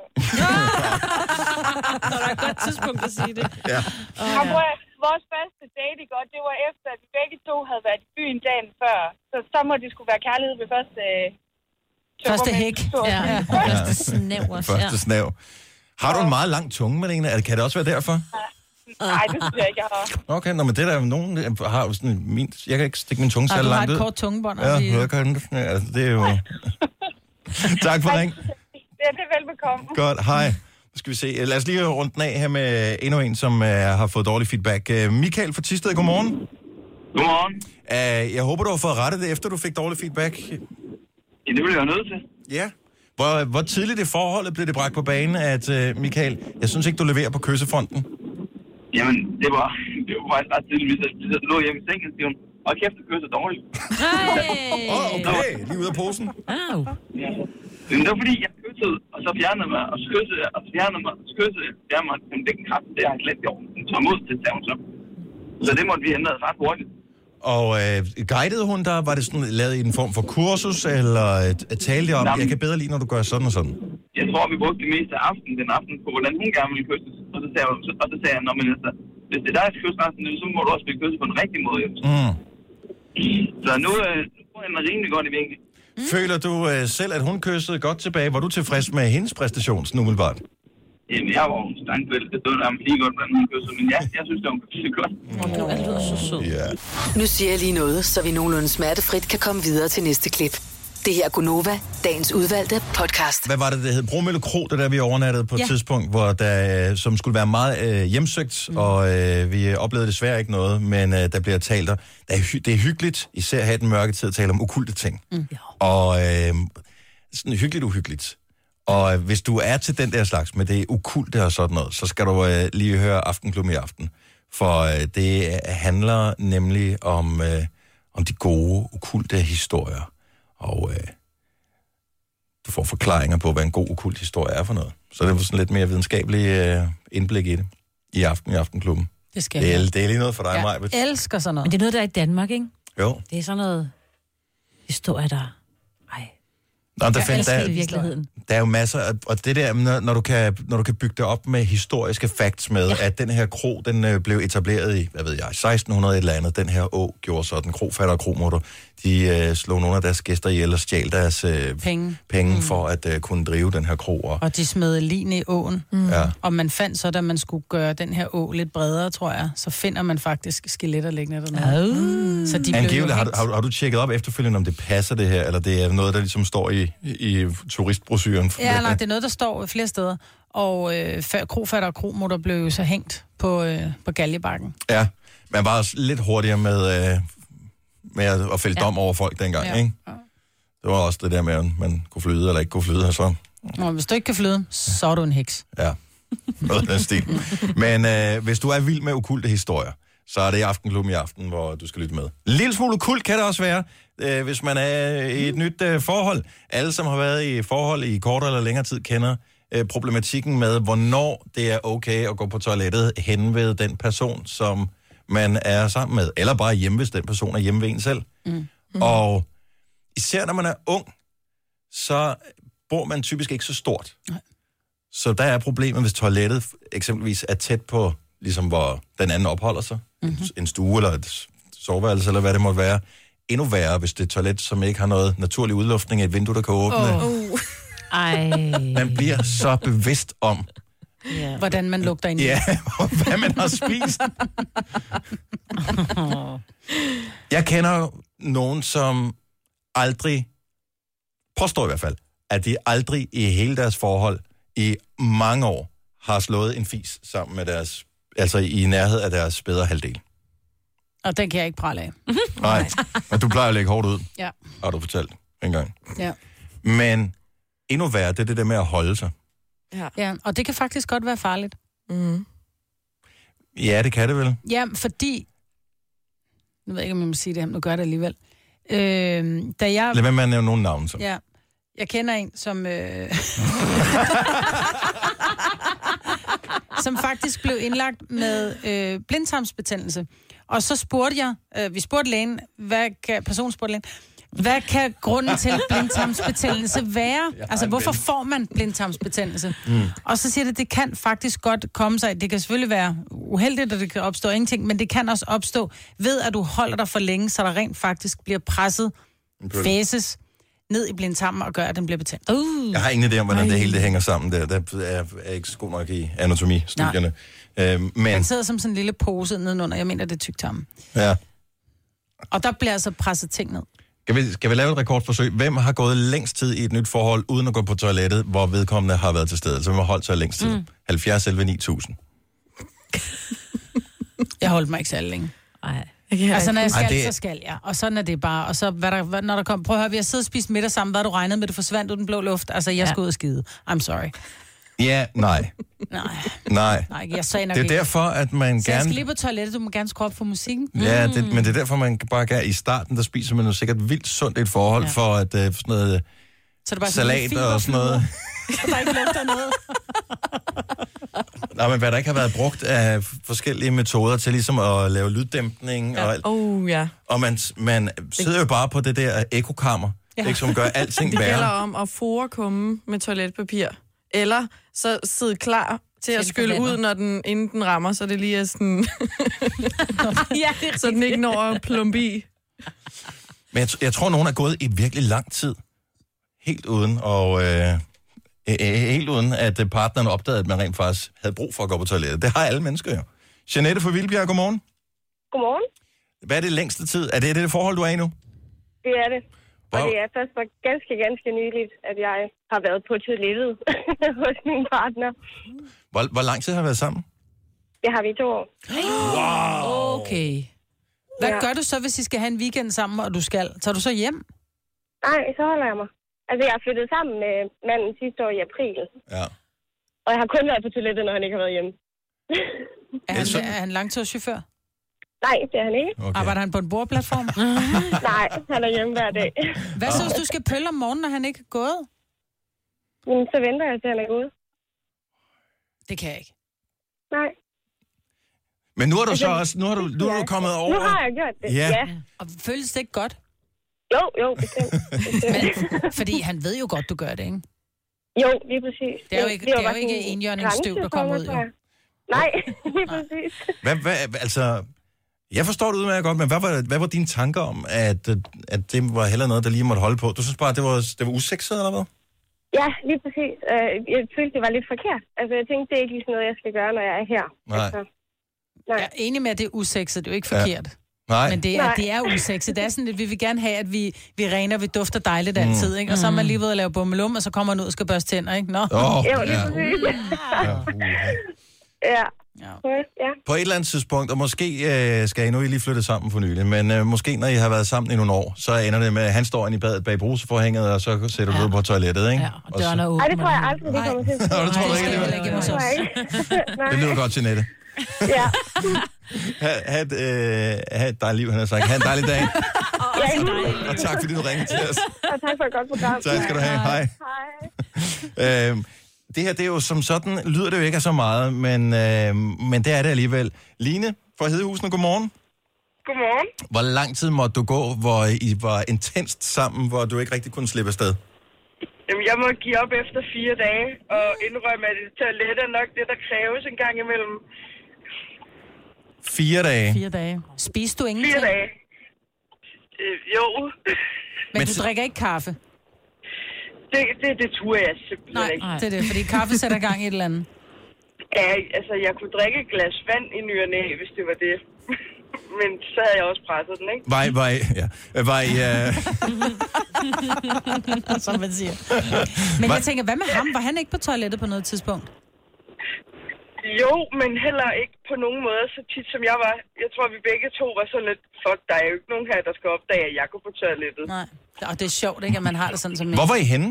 Det var et godt tidspunkt at sige det. ja. Oh, ja. Prøv, vores første date i går, det var efter, at vi begge to havde været i byen dagen før. Så så må det skulle være kærlighed ved første... Øh, Første hæk. Ja, første snæv også. Første Ja. snav. Har du en meget lang tunge, Malene? Er det- Kan det også være derfor? Nej, det synes jeg ikke, jeg har. Okay, nå, men det er der jo nogen, der har jo sådan min... Jeg kan ikke stikke min tunge Og særlig du har langt et ud. kort tungebånd. Ja, og vi- jeg kan det. Altså, det er jo... Tak for ring. Det er det velbekomme. Godt, hej. Nu skal vi se. Lad os lige runde den af her med endnu en, som uh, har fået dårlig feedback. Uh, Michael fra Thisted, godmorgen. Godmorgen. Uh, jeg håber, du har fået rettet det, efter du fik dårlig feedback. Ja, det vil jeg nødt til. Ja. Hvor, hvor tidligt i forholdet blev det bragt på banen, at uh, Michael, jeg synes ikke, du leverer på kyssefronten? Jamen, det var, det var faktisk ret tidligt, hvis jeg, jeg lå hjemme i sengen, og siger hun, og kæft, du kysser dårligt. Hey. Åh, oh, okay. Lige ud af posen. Au. Ja. Men det var fordi, jeg kyssede, og så fjernede mig, og så kyssede jeg, og så fjernede mig, og så kyssede jeg, fjernede mig, men det er en kraft, det har jeg glemt i år. Den tager mod til, sagde hun så. Så det måtte vi ændre ret hurtigt. Og øh, guidede hun dig? Var det sådan lavet i en form for kursus, eller øh, talte jeg om, Jamen. jeg kan bedre lide, når du gør sådan og sådan? Jeg tror, vi brugte det meste af aftenen, den aften, på hvordan hun gerne ville kysses. Og så sagde, jeg, og så sagde jeg, når man altså, hvis det er dig, der skal kysse resten, så må du også blive kysset på en rigtig måde. Mm. Så nu, øh, nu får jeg mig rimelig godt i vinkel. Mm. Føler du øh, selv, at hun kyssede godt tilbage? Var du tilfreds med hendes præstation, sådan umiddelbart? Jamen, jeg var jo stangkvæld. Det stod der lige godt, hvordan hun kyssede. Men ja, jeg synes, det var kyssede godt. Du lyder så sød. Ja. Nu siger jeg lige noget, så vi nogenlunde smertefrit kan komme videre til næste klip. Det her er Gunova, dagens udvalgte podcast. Hvad var det, det hed? Bromølle Kro, det der vi overnattede på et Ja. tidspunkt, hvor der, som skulle være meget øh, hjemsøgt, mm. og øh, vi oplevede desværre ikke noget, men øh, der bliver talt der. der er hy- det er hyggeligt, især at have den mørke tid at tale om okulte ting. Mm. Og øh, sådan hyggeligt uhyggeligt. Og øh, hvis du er til den der slags med det okulte og sådan noget, så skal du øh, lige høre Aftenklubben i aften. For øh, det handler nemlig om, øh, om de gode, okulte historier. Og øh, du får forklaringer på, hvad en god okult historie er for noget. Så det er sådan lidt mere videnskabelig øh, indblik i det i aften i Aftenklubben. Det skal Det er, jeg. det er lige noget for dig, Jeg Majbert. elsker sådan noget. Men det er noget, der er i Danmark, ikke? Jo. Det er sådan noget historie, der... Ej, Nå, der, jeg find, elsker det i der, virkeligheden. der er jo masser, af- og det der, når, når, du kan, når du kan bygge det op med historiske facts med, ja. At den her kro, den øh, blev etableret i, hvad ved jeg, seksten hundrede et eller andet, den her å gjorde sådan, krofatter og kromutter, de øh, slog nogle af deres gæster ihjel og stjal deres øh, Penge. penge mm. for at øh, kunne drive den her kro. Og, Og de smed lin i åen. Mm. ja. Og man fandt så, da man skulle gøre den her å lidt bredere, tror jeg, så finder man faktisk skeletter liggende dernede. Mm. Så de blev jo Angiveligt, har, du- hængt. har, du- har du tjekket op efterfølgende, om det passer det her, eller det er noget, der ligesom står i i, i turistbrosyren. Ja, nej, det er noget, der står flere steder. Og øh, krofatter og kromutter blev jo så hængt på, øh, på Galjebakken. Ja, man var også lidt hurtigere med, øh, med at, at fælde ja. dom over folk dengang, ja. ikke? Ja. Det var også det der med, at man kunne flyde eller ikke kunne flyde. Og så... Nå, hvis du ikke kan flyde, så er du en heks. Ja, noget af den stil. Men øh, hvis du er vild med okulte historier, så er det i Aftenklubben i aften, hvor du skal lytte med. En lille smule okult kan det også være, øh, hvis man er i et nyt øh, forhold. Alle, som har været i forhold i kortere eller længere tid, kender øh, problematikken med, hvornår det er okay at gå på toilettet hen ved den person, som man er sammen med. Eller bare hjemme, hvis den person er hjemme ved en selv. Mm. Mm. Og især når man er ung, så bor man typisk ikke så stort. Nej. Så der er problemet, hvis toilettet eksempelvis er tæt på, ligesom hvor den anden opholder sig. Mm-hmm. En stue eller et soveværelse, eller hvad det måtte være. Endnu værre, hvis det er et toilet, som ikke har noget naturlig udluftning af et vindue, der kan åbne. Oh. Uh. Ej. Man bliver så bevidst om, yeah. hvordan man lugter ind i. Ja, og hvad man har spist. Jeg kender nogen, som aldrig, påstår i hvert fald, at de aldrig i hele deres forhold i mange år har slået en fis sammen med deres, altså i nærhed af deres bedre halvdel. Og den kan jeg ikke prale af. Nej, men du plejer at lægge hårdt ud, ja. har du fortalt en gang. Ja. Men endnu værre, det er det der med at holde sig. Ja, ja, og det kan faktisk godt være farligt. Mm. Ja, det kan det vel. Ja, fordi... Nu ved jeg ikke, om jeg må sige det, nu gør jeg det alligevel. Øh, da jeg... Lad være med at nævne nogen navn så. Ja. Jeg kender en, som... Øh... som faktisk blev indlagt med øh, blindtarmsbetændelse. Og så spurgte jeg, øh, vi spurgte lægen, hvad kan, personen spurgte lægen, hvad kan grunden til blindtarmsbetændelse være? Altså, hvorfor får man blindtarmsbetændelse? Mm. Og så siger det, det kan faktisk godt komme sig. Det kan selvfølgelig være uheldigt, og det kan opstå ingenting, men det kan også opstå ved, at du holder dig for længe, så der rent faktisk bliver presset, fæses ned i blindtarmen og gør, at den bliver betændt. Uh. Jeg har ingen idé om, hvordan Ej. det hele det hænger sammen der. Der er, er ikke så god nok i anatomistudierne. Øhm, men... Den sidder som sådan en lille pose nedenunder. Jeg mener, det er tyktarmen. Ja. Og der bliver altså presset ting ned. Skal vi, skal vi lave et rekordforsøg? Hvem har gået længst tid i et nyt forhold, uden at gå på toilettet, hvor vedkommende har været til stede? Så hvem har holdt sig længst tid? Mm. halvfjerds elleve ni tusind. Jeg holdt mig ikke så længe. Ej. Altså, når jeg skal, Ej, det... så skal jeg. Og sådan er det bare. Og så, hvad der, når der kom... Prøv at høre, vi har siddet og spist middag sammen. Hvad har du regnet med, det forsvandt ud den blå luft? Altså, jeg skal ja. ud og skide. I'm sorry. Ja, nej. Nej. Nej. Nej, jeg sagde nok det er ikke. derfor, at man så gerne... jeg skal lige på toilettet, du må gerne skrue op for musikken. Ja, det, men det er derfor, man bare gerne... I starten, der spiser man jo sikkert vildt sundt et forhold, ja. for at uh, sådan noget så det bare salat sådan og sådan noget. Så der ikke lugter noget. Nej, men hvad der ikke har været brugt af forskellige metoder til ligesom at lave lyddæmpning. Ja. Og, oh, ja. og man, man sidder jo bare på det der ekokammer, ja. ikke, som gør alting værre. Det gælder om at forekumme med toiletpapir. Eller så sidde klar til at skylle ud, når den, inden den rammer, så det lige er sådan... ja, det er så den ikke når at plumpe i. Men jeg, jeg tror, nogen er gået i virkelig lang tid. Helt uden, og øh, øh, helt uden, at partneren opdagede, at man rent faktisk havde brug for at gå på toilettet. Det har alle mennesker jo. Jeanette fra Vildbjerg, godmorgen. Godmorgen. Hvad er det længste tid? Er det det forhold, du er i nu? Det er det. Og det er først for ganske, ganske nyligt, at jeg har været på toilettet hos min partner. Hvor, hvor lang tid har I været sammen? Det har vi to år. Wow! Okay. Hvad ja. gør du så, hvis I skal have en weekend sammen, og du skal? Tager du så hjem? Nej, så holder jeg mig. Altså, jeg har flyttet sammen med manden sidste år i april. Ja. Og jeg har kun været på toilettet, når han ikke har været hjemme. er, han, er han langtidschauffør? Nej, det er han ikke. Okay. Arbejder han på en bordplatform? Nej, han er hjemme hver dag. Hvad så, hvis du skal pølle om morgenen, når han ikke er gået? Jamen, så venter jeg til, han er gået. Det kan jeg ikke. Nej. Men nu er du altså, så også, nu har du, nu er du kommet over... Nu har jeg gjort det, ja. ja. Og føles det ikke godt? Jo, jo, bestemt. bestemt. Men, fordi han ved jo godt, du gør det, ikke? Jo, lige præcis. Det er jo ikke, det er jo ikke enhjørningsstøv, der kommer ud, jo. Nej, lige præcis. Hvad, hvad, altså... Jeg forstår det udmærket godt, men hvad var, hvad var dine tanker om, at, at det var heller noget, der lige måtte holde på? Du synes bare, det var, det var usekset, eller hvad? Ja, lige præcis. Jeg følte, det var lidt forkert. Altså, jeg tænkte, det er ikke lige sådan noget, jeg skal gøre, når jeg er her. Nej. Altså, nej. Jeg er enig med, at det er usekset. Det er jo ikke forkert. Ja. Nej. Men det er, Nej. det er usexet. Det er sådan lidt, vi vil gerne have, at vi, vi rener, vi dufter dejligt altid, ikke? Og så er man lige ved at lave bummelum, og så kommer man ud og skal børste tænder, ikke? Nå. Åh, Jo, lige ja. præcis. Ja, uha. Ja. Ja. Ja. På et eller andet tidspunkt, og måske øh, skal I nu I lige flytte sammen for nylig, men øh, måske når I har været sammen i nogle år, så ender det med, at han står inde i badet bag bruseforhænget, og så sætter du Ja. ud på toilettet, ikke? Ja, og døren er åben. Ej, det tror jeg aldrig, det kommer til. Nå, det tror du det ikke, skal det heller ikke hos er. os. Nej. Det lyder godt, Jeanette. Ja. Ha, ha, et, øh, ha et dejligt liv, han har sagt. Ha' en dejlig dag, Ja, og tak fordi du ringede til os. og tak for et godt program. Tak skal du have. Hej. Hej. Øhm, det her, det er jo som sådan, lyder det jo ikke af så meget, men, øh, men det er det alligevel. Line fra Hedehusene, godmorgen. Godmorgen. Hvor lang tid måtte du gå, hvor I var intenst sammen, hvor du ikke rigtig kunne slippe afsted? Jamen, jeg må give op efter fire dage, og indrømme, at et toilet er nok det, der kræves en gang imellem. Fire dage. Fire dage. Spiser du ingenting? Fire dage. Øh, jo. Men, Men du så- drikker ikke kaffe? Det, det, det turde jeg simpelthen Nej, ikke. det er det, fordi kaffe sætter gang i et eller andet. Ja, altså, jeg kunne drikke et glas vand i ny og næ, hvis det var det. Men så havde jeg også presset den, ikke? Var I, var I, ja, var I, uh... Som man siger. Men Hva- jeg tænker, hvad med ham? Var han ikke på toilettet på noget tidspunkt? Jo, men heller ikke på nogen måde så tit, som jeg var. Jeg tror, vi begge to var sådan lidt, fuck, der er jo ikke nogen her, der skal opdage, at jeg går på toilettet. Nej. Og det er sjovt, ikke, at man har det sådan som mænd. Hvor var I henne?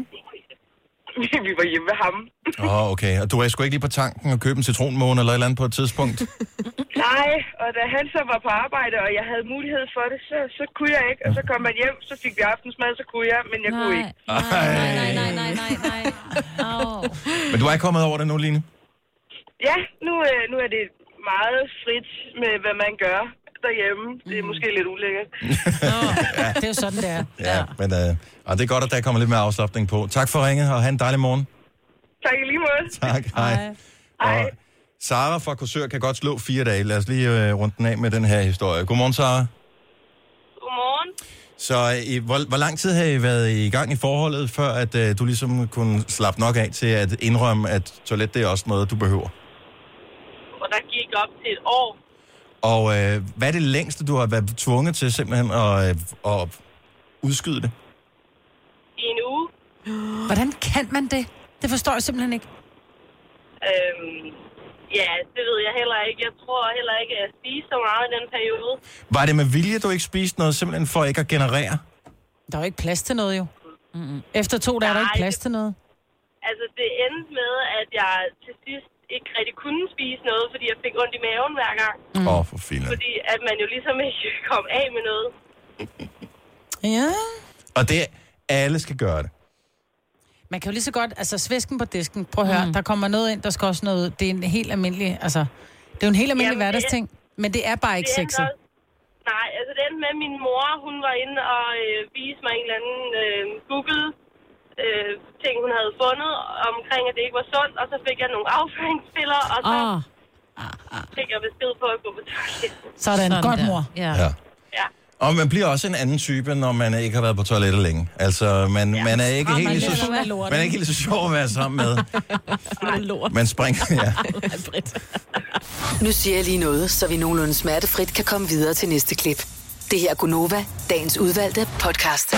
Vi var hjemme ved ham. Åh, oh, okay. Og du er sgu ikke lige på tanken og købe en citronmåne eller et eller andet på et tidspunkt? Nej, og da han så var på arbejde, og jeg havde mulighed for det, så, så kunne jeg ikke. Og så kom han hjem, så fik vi aftensmad, så kunne jeg, men jeg kunne ikke. Nej, nej, nej, nej, nej, nej. Oh. Men du er ikke kommet over det nu, Line? Ja, nu, øh, nu er det meget frit med, hvad man gør derhjemme. Det er måske lidt ulækkert. Ja. Det er jo sådan, det er. Ja, ja. Men øh, og det er godt, at der kommer lidt mere afslapning på. Tak for ringet, og have en dejlig morgen. Tak i lige måde. Tak, hej. Hej. Og Sara fra Korsør kan godt slå fire dage. Lad os lige øh, runde den af med den her historie. Godmorgen, Sara. Godmorgen. Så i, hvor, hvor lang tid har I været i gang i forholdet, før at øh, du ligesom kunne slappe nok af til at indrømme, at toilet det er også noget, du behøver? Og der gik op til et år. Og øh, hvad er det længste, du har været tvunget til simpelthen at, øh, at udskyde det? I en uge. Hvordan kan man det? Det forstår jeg simpelthen ikke. Øhm, ja, det ved jeg heller ikke. Jeg tror heller ikke, at jeg spiser så meget i den periode. Var det med vilje, du ikke spiste noget, simpelthen for ikke at generere? Der er jo ikke plads til noget, jo. Mm-hmm. Efter to dage er der Nej, ikke plads det- til noget. Altså, det endte med, at jeg til sidst ikke rigtig kunne spise noget, fordi jeg fik ondt i maven hver gang. Åh, mm. oh, for filen. Fordi at man jo ligesom ikke kom af med noget. Ja. Og det, alle skal gøre det. Man kan jo lige så godt, altså svæsken på disken, prøv at høre, mm. der kommer noget ind, der skal også noget, det er en helt almindelig, altså, det er jo en helt almindelig Jamen, det- hverdagsting, men det er bare ikke Det endte sexet. også- Nej, altså det endte med, at min mor, hun var inde og øh, viste mig en eller anden øh, Google øh, ting, hun havde fundet omkring, at det ikke var sundt, og så fik jeg nogle afføringsspillere, og så Oh. fik jeg besked på at gå på toilettet. Sådan, Sådan godt der. mor. Ja. Ja. Ja. Og man bliver også en anden type, når man ikke har været på toilettet længe. Altså, man, ja, man er ikke helt lige så, man er ikke helt så sjov at være sammen med. Man springer, ja. Nu siger jeg lige noget, så vi nogenlunde smertefrit kan komme videre til næste klip. Det her er Gunova, dagens udvalgte podcast.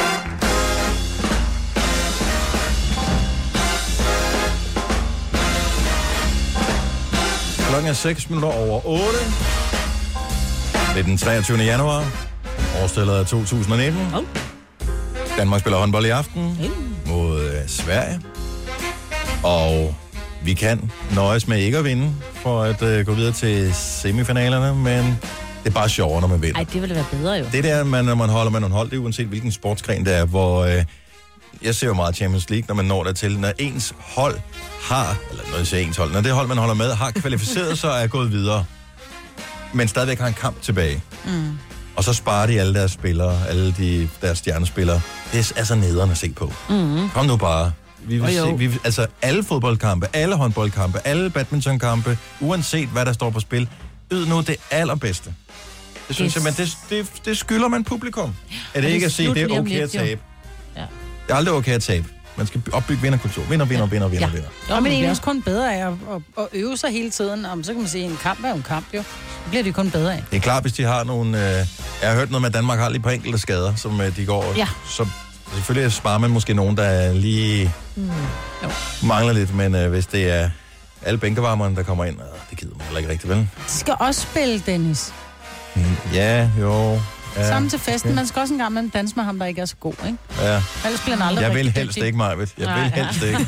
Klokken er seks minutter over otte. Det er den treogtyvende januar. Årstallet er to tusind nitten. Oh. Danmark spiller håndbold i aften mod øh, Sverige. Og vi kan nøjes med ikke at vinde for at øh, gå videre til semifinalerne, men det er bare sjovere, når man vinder. Ej, det ville være bedre jo. Det der, man, når man holder med nogle hold, det er uanset hvilken sportsgren det er, hvor øh, jeg ser jo meget Champions League, når man når dertil, når ens hold har, eller når jeg siger ens hold, når det hold, man holder med, har kvalificeret sig og er gået videre, men stadigvæk har en kamp tilbage. Mm. Og så sparer de alle deres spillere, alle de, deres stjernespillere. Det er så nederen at se på. Mm. Kom nu bare. Vi vil Oh, jo. se, vi vil, altså alle fodboldkampe, alle håndboldkampe, alle badmintonkampe, uanset hvad der står på spil, yd nu det allerbedste. Det synes Yes. jeg, men det, det, det skylder man publikum. Er det det ikke er at sige, slut det lige er om okay at lidt, jo. tabe? Ja. Det er aldrig okay at tabe. Man skal opbygge vinderkultur. Vinder, vinder, vinder, vinder, Ja. vinder. Jo, men det bliver også kun bedre af at, at, at øve sig hele tiden. Om, så kan man sige, at en kamp er jo en kamp, jo. Det bliver det kun bedre af. Det er klart, hvis de har nogle øh, Jeg har hørt noget med, at Danmark har lige på enkelte skader, som uh, de går. Ja. Så selvfølgelig sparer man måske nogen, der lige mm. mangler lidt, men uh, hvis det er alle bænkevarmerne, der kommer ind, uh, det gider man heller ikke rigtig, vel? De skal også spille, Dennis. Mm, ja, jo. Ja, Sammen til festen. okay. Man skal også en gang med danse med ham, der ikke er så god, ikke? Ja. Ellers bliver han aldrig Jeg vil rigtig helst dygtig. ikke, Majbet. Jeg Nej, vil helst ja. ikke.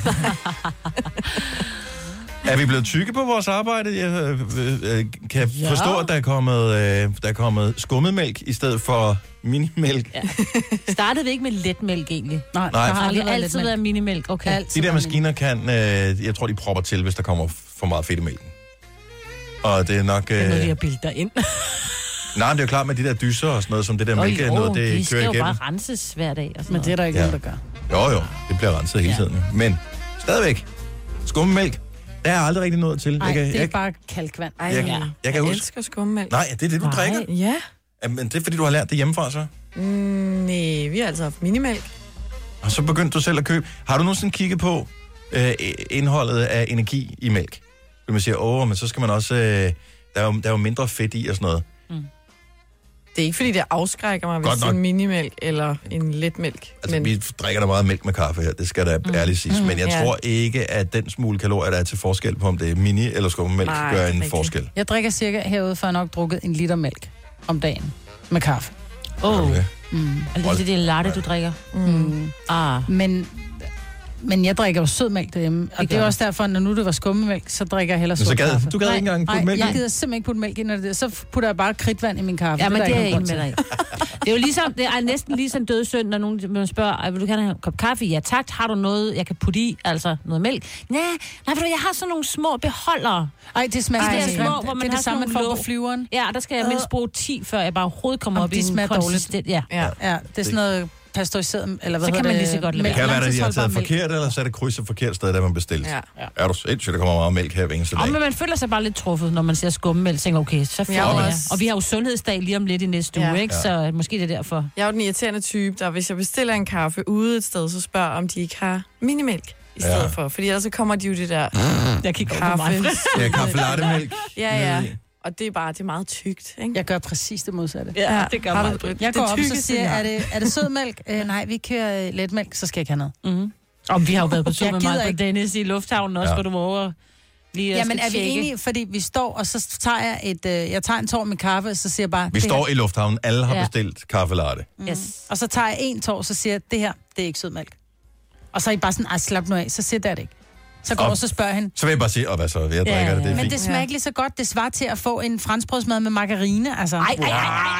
Er vi blevet tykke på vores arbejde? Jeg øh, øh, kan Ja. forstå, at der er kommet, øh, der er kommet skummetmælk i stedet for minimælk. Ja. Startede vi ikke med letmælk egentlig? Nej, Nej. Der har aldrig aldrig været altid letmælk. været minimælk. Okay. Altid De der været maskiner kan, øh, jeg tror, de propper til, hvis der kommer for meget fedt i mælken. Og det er nok... Det er noget, de Øh, har bildt dig ind. nej, det er jo klart med de der dyser og sådan noget, som det der Åh, mælk er jo, noget, de det skal kører jo igennem. bare renses hver dag. Og sådan Men det er der ikke Ja. nogen, der gør. Jo, jo, det bliver renset hele Ja. tiden. Men stadigvæk, skummemælk, der er aldrig rigtig noget til. Nej, jeg, kan, det er jeg, bare kalkvand. Ej, Jeg- jeg, jeg jeg, kan jeg huske- elsker skummælk. nej, det er det, du Nej. drikker. Ja. Jamen, det er fordi, du har lært det hjemmefra, så. Mm, nej, vi har altså haft minimælk. Og så begyndte du selv at købe. Har du nogensinde kigget på øh, indholdet af energi i mælk? Vil man sige, åh, men så skal man også... Øh, der, er jo, der er jo mindre fedt i og sådan noget. Det er ikke, fordi det afskrækker mig, hvis Godt det er nok. en minimælk eller en letmælk. Altså, men... vi drikker da meget mælk med kaffe her, det skal da mm. ærligt siges. Men jeg Ja. tror ikke, at den smule kalorier, der er til forskel på, om det er mini eller skummemælk, Nej, gør en rigtigt. forskel. Jeg drikker cirka herude, for jeg nok drukket en liter mælk om dagen med kaffe. Åh, oh. Okay. Mm. er det det latte, du drikker? Mm. Ah. Men, men jeg drikker jo sødmælk derhjemme, og det, det er gør også derfor, når nu det var skummemælk, så drikker jeg hellere Men så sort gad, kaffe. du gad ikke engang putte Nej, mælk jeg i? gider simpelthen ikke putte mælk ind i det. Så putter jeg bare kridtvand i min kaffe. Ja, men der det er ikke jeg nogen enig grund med dig i. Det er jo ligesom, det er næsten ligesom dødssynd, når nogen man spørger, "Ej, vil du gerne have en kop kaffe? Ja tak, har du noget, jeg kan putte i? Altså noget mælk? Nej, nej, for jeg har sådan nogle små beholdere. til. Ej, det smager De der helt små, grimt. hvor man det er har det samme, sådan man får nogle på flyveren. Ja, der skal jeg mindst bruge ti, før jeg bare overhovedet kommer Om op de i en smager dårligt. konsistent. Ja. Ja. Ja, det er sådan noget pasteuriseret, eller hvad Så kan hedder man det? lige så godt lade Mælk- Det kan være, at de har langtidsholdbar taget mælk. forkert, eller så er det krydset forkert sted, da man bestilte. Ja. Er du sindssygt, der kommer meget mælk her hver eneste Og dag? men man føler sig bare lidt truffet, når man ser skummemælk. Tænker, okay, så får Jeg er jeg. også- Og vi har jo sundhedsdag lige om lidt i næste Ja. uge, ikke? Så måske det er derfor. Jeg er jo den irriterende type, der hvis jeg bestiller en kaffe ude et sted, så spørger om de ikke har minimælk i stedet Ja. for. Fordi ellers så kommer de jo det der Jeg kigger kaffe. Ja, kaffe latte mælk. Ja, ja. Og det er bare, det er meget tykt, ikke? Jeg gør præcis det modsatte. Ja, det gør Har mig. du- Jeg det går op og så tykkeste, siger, jeg er det, er det sødmælk? Øh, nej, vi kører øh, letmælk, så skal jeg ikke have noget. Mm-hmm. Og vi har jo været på tur Jeg med gider mig på ikke. Dennis i lufthavnen også, Ja. hvor du var over lige Jamen er vi enige, fordi vi står, og så tager jeg et, øh, jeg tager en tår med kaffe, og så siger jeg bare... Vi det står her. i lufthavnen, alle har Ja. bestilt kaffe latte. Yes. Og så tager jeg en tår, så siger jeg, det her, det er ikke sødmælk. Og så er I bare sådan, ej, slap nu af, så siger det det ikke. Så går Og- jeg, så spørger han, Så vil jeg bare sige, og hvad så, jeg drikker Ja, det, det er men fint. det smager ikke lige så godt. Det svarer til at få en franskbrødsmad med margarine, altså. Ej, ej, ej,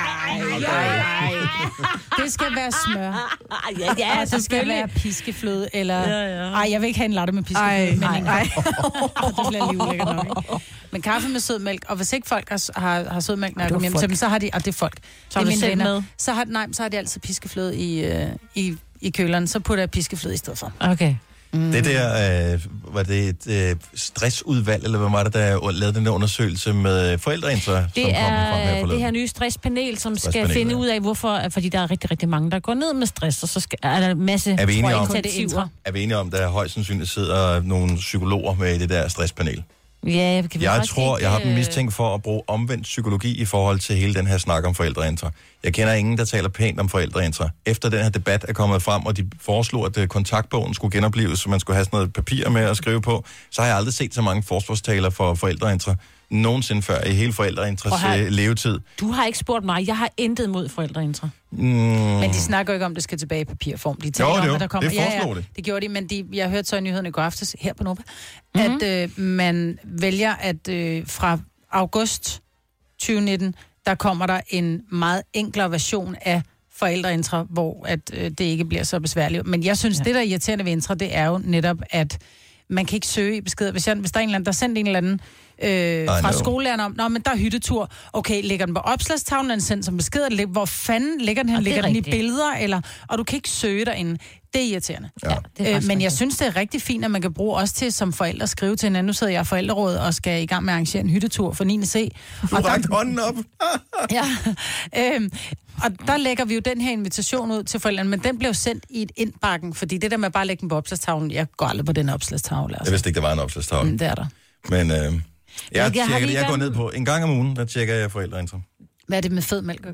ej, ej, ej, ej. Det skal være smør. Ja, ja, Og det skal være piskefløde, eller... Ja, ja. Ej, jeg vil ikke have en latte med piskefløde, Ej, men nej, en nej. det bliver lige ulækkert nok, ikke? Men kaffe med sødmælk, og hvis ikke folk har, har, har sødmælk, når jeg det er kommer hjem folk. til dem, så har de, og det er folk, Så har det er du mine selv venner, med? så har, nej, så har de altid piskefløde i, øh, i, i køleren, så putter jeg piskefløde i stedet for. Okay. Mm. Det der, øh, var det et øh, stressudvalg, eller hvad var det, der lavede den der undersøgelse med forældreintra, som Det kom frem her er det forleden? her nye stresspanel, som skal Stresspanel, finde ja. ud af, hvorfor, fordi der er rigtig, rigtig mange, der går ned med stress, og så skal, er der en masse Er vi enige tror jeg, om- initiativer. Er vi enige om, der højst sandsynligt sidder nogle psykologer med i det der stresspanel? Ja, kan vi Jeg faktisk tror, ikke, jeg har dem øh, mistænkt for at bruge omvendt psykologi i forhold til hele den her snak om forældreintra. Jeg kender ingen, der taler pænt om forældreintra. Efter den her debat er kommet frem, og de foreslog, at øh, kontaktbogen skulle genopleves, så man skulle have sådan noget papir med at skrive på, så har jeg aldrig set så mange forsvarstaler for forældreintra nogensinde før i hele forældreintras Prøv her. øh, levetid. Du har ikke spurgt mig. Jeg har intet mod forældreintra. Mm. Men de snakker jo ikke om, at det skal tilbage i papirform. De taler Jo, om, det jo. at der kommer... Det foreslog det. det gjorde de, men de, jeg hørte så i nyhederne i går aftes her på Nova, mm-hmm. at øh, man vælger, at øh, fra august tyve nitten, der kommer der en meget enklere version af forældreintra, hvor at, øh, det ikke bliver så besværligt. Men jeg synes, ja. det der er irriterende ved intra, det er jo netop, at man kan ikke søge i beskeder. Hvis, jeg, hvis der er en eller anden, der er sendt en eller anden øh, fra know. skolelæreren om, nå, men der er hyttetur. Okay, ligger den på opslagstavlen, er den sendt som besked? Eller hvor fanden ligger den her? Og det er Ligger den i rigtigt. billeder? Eller, og du kan ikke søge derinde. Det er irriterende. Ja. Det er Øh, faktisk men jeg rigtigt. synes, det er rigtig fint, at man kan bruge også til som forældre at skrive til hinanden. Nu sidder jeg i forældrerådet og skal i gang med at arrangere en hyttetur for niende C. Du Og der- rakte hånden op. Ja, øhm, og der lægger vi jo den her invitation ud til forældrene, men den blev sendt i et indbakken, fordi det der med bare at lægge den på opslagstavlen, jeg går aldrig på den opslagstavle. Jeg Altså. vidste ikke, der var en opslagstavle. Mm, det er der. Men øh, jeg, har tjekker, vi det. ikke jeg går en- ned på en gang om ugen, der tjekker jeg forældreintra. Hvad er det med fed mælk at gøre?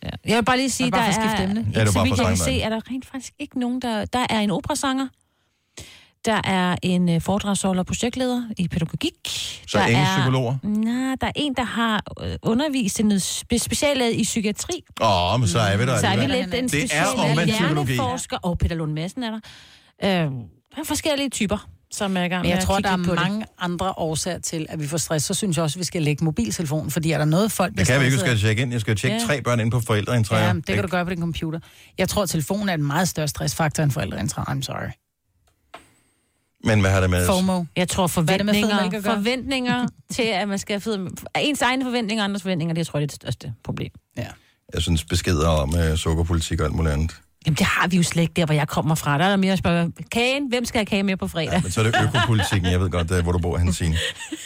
Ja. Jeg vil bare lige sige, bare der for at skifte er, emne. ikke Ja, det var så bare vidt for jeg kan at snakke se, om er der rent faktisk ikke nogen, der... Der er en operasanger, der er en uh, foredragsholder og projektleder i pædagogik. Så der ingen er, psykologer? Nej, der er en, der har øh, undervist i noget spe- speciallæget i psykiatri. Åh, men så er vi der. Så er vi alligevel. lidt en Det er speciallæget omvendt psykologi. hjerneforsker. Og Peter Lund Madsen er der. Øh, der er forskellige typer, som er i gang Men med jeg tror, at der er kigge på mange det. andre årsager til, at vi får stress. Så synes jeg også, at vi skal lægge mobiltelefonen, fordi er der noget, folk bliver Det kan vi ikke, stresset skal af? tjekke ind. Jeg skal tjekke Ja. tre børn ind på forældreindtræer. Ja, det kan du gøre på din computer. Jeg tror, at telefonen er en meget større stressfaktor end forældreindtræer. I'm sorry. Men hvad har det med? FOMO. Jeg tror Hvad er det med forventninger, fedmælk at gøre? forventninger til, at man skal have fed... Ens egne forventninger og andres forventninger, det jeg tror jeg, det er det største problem. Ja. Jeg synes beskeder om uh, sukkerpolitik og alt muligt andet. Jamen, det har vi jo slet ikke der, hvor jeg kommer fra. Der er der mere at spørge, kagen, hvem skal have kage med på fredag? Ja, men så er det økopolitikken. Jeg ved godt, uh, hvor du bor, Hansine.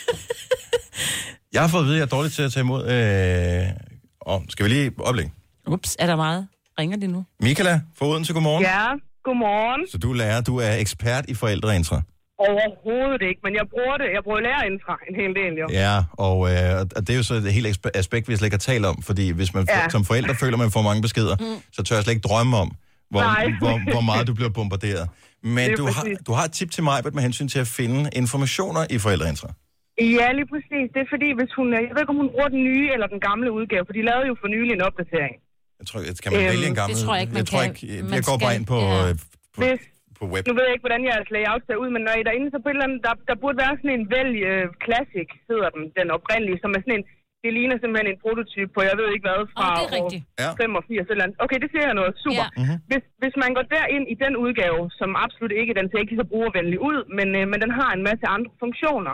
Jeg har fået at vide, at jeg er dårlig til at tage imod... Øh... Oh, skal vi lige oplægge? Ups, er der meget? Ringer det nu? Michaela, fra Odense, godmorgen. Ja, godmorgen. Så du er lærer, du er ekspert i forældreintra. Overhovedet ikke, men jeg bruger det. Jeg bruger lærerintra en hel del, jo. Ja, og, øh, og det er jo så et helt ekspe- aspekt, vi slet ikke har talt om, fordi hvis man Ja. som forældre føler, at man får mange beskeder, mm. så tør jeg slet ikke drømme om, hvor, hvor, hvor meget du bliver bombarderet. Men Det er du har, præcis. du har et tip til mig med hensyn til at finde informationer i forældreintra. Ja, lige præcis. Det er fordi, hvis hun... Jeg ved ikke, om hun bruger den nye eller den gamle udgave, for de lavede jo for nylig en opdatering. Jeg tror, kan man Øhm, vælge en gammel? det tror jeg ikke, man jeg tror kan. ikke, jeg, Man jeg går bare skal- ind på, ja. øh, på, Hvis, på web. nu ved jeg ikke, hvordan jeres layout ser ud, men når I er derinde, så på et eller andet, der, der burde være sådan en vælg uh, Classic, hedder den, den oprindelige, som er sådan en... Det ligner simpelthen en prototyp på, jeg ved ikke hvad, fra Åh, det er år rigtigt. Ja. femogfirs eller andet. Okay, det siger jeg noget. Super. Ja. Mhm. Hvis, hvis man går derind i den udgave, som absolut ikke, den ser ikke lige så brugervenlig ud, men, øh, men den har en masse andre funktioner,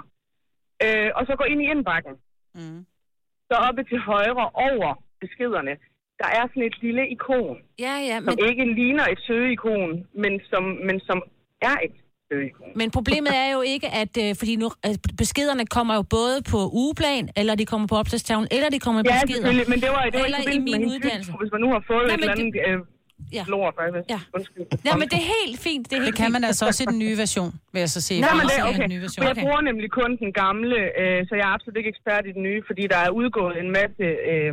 øh, og så gå ind i indbakken. Mm. Så oppe til højre over beskederne, der er sådan et lille ikon, Ja, ja, som men, ikke ligner et søgeikon, men som, men som er et søgeikon. men problemet er jo ikke, at øh, fordi nu, at beskederne kommer jo både på ugeplan, eller de kommer på opslagstavlen, eller de kommer i Ja, beskeder. selvfølgelig, men det var, det var Eller i i forbindelse min med hendes uddannelse. tysk, hvis man nu har fået Nej, et men eller andet øh, Ja. lort, faktisk. Ja. Undskyld. Ja, men det er helt fint. Det, er Det helt kan fint. man altså også i den nye version, vil jeg så sige. Nej, men det Også er i okay. den nye version. For jeg bruger nemlig kun den gamle, øh, så jeg er absolut ikke ekspert i den nye, fordi der er udgået en masse, øh,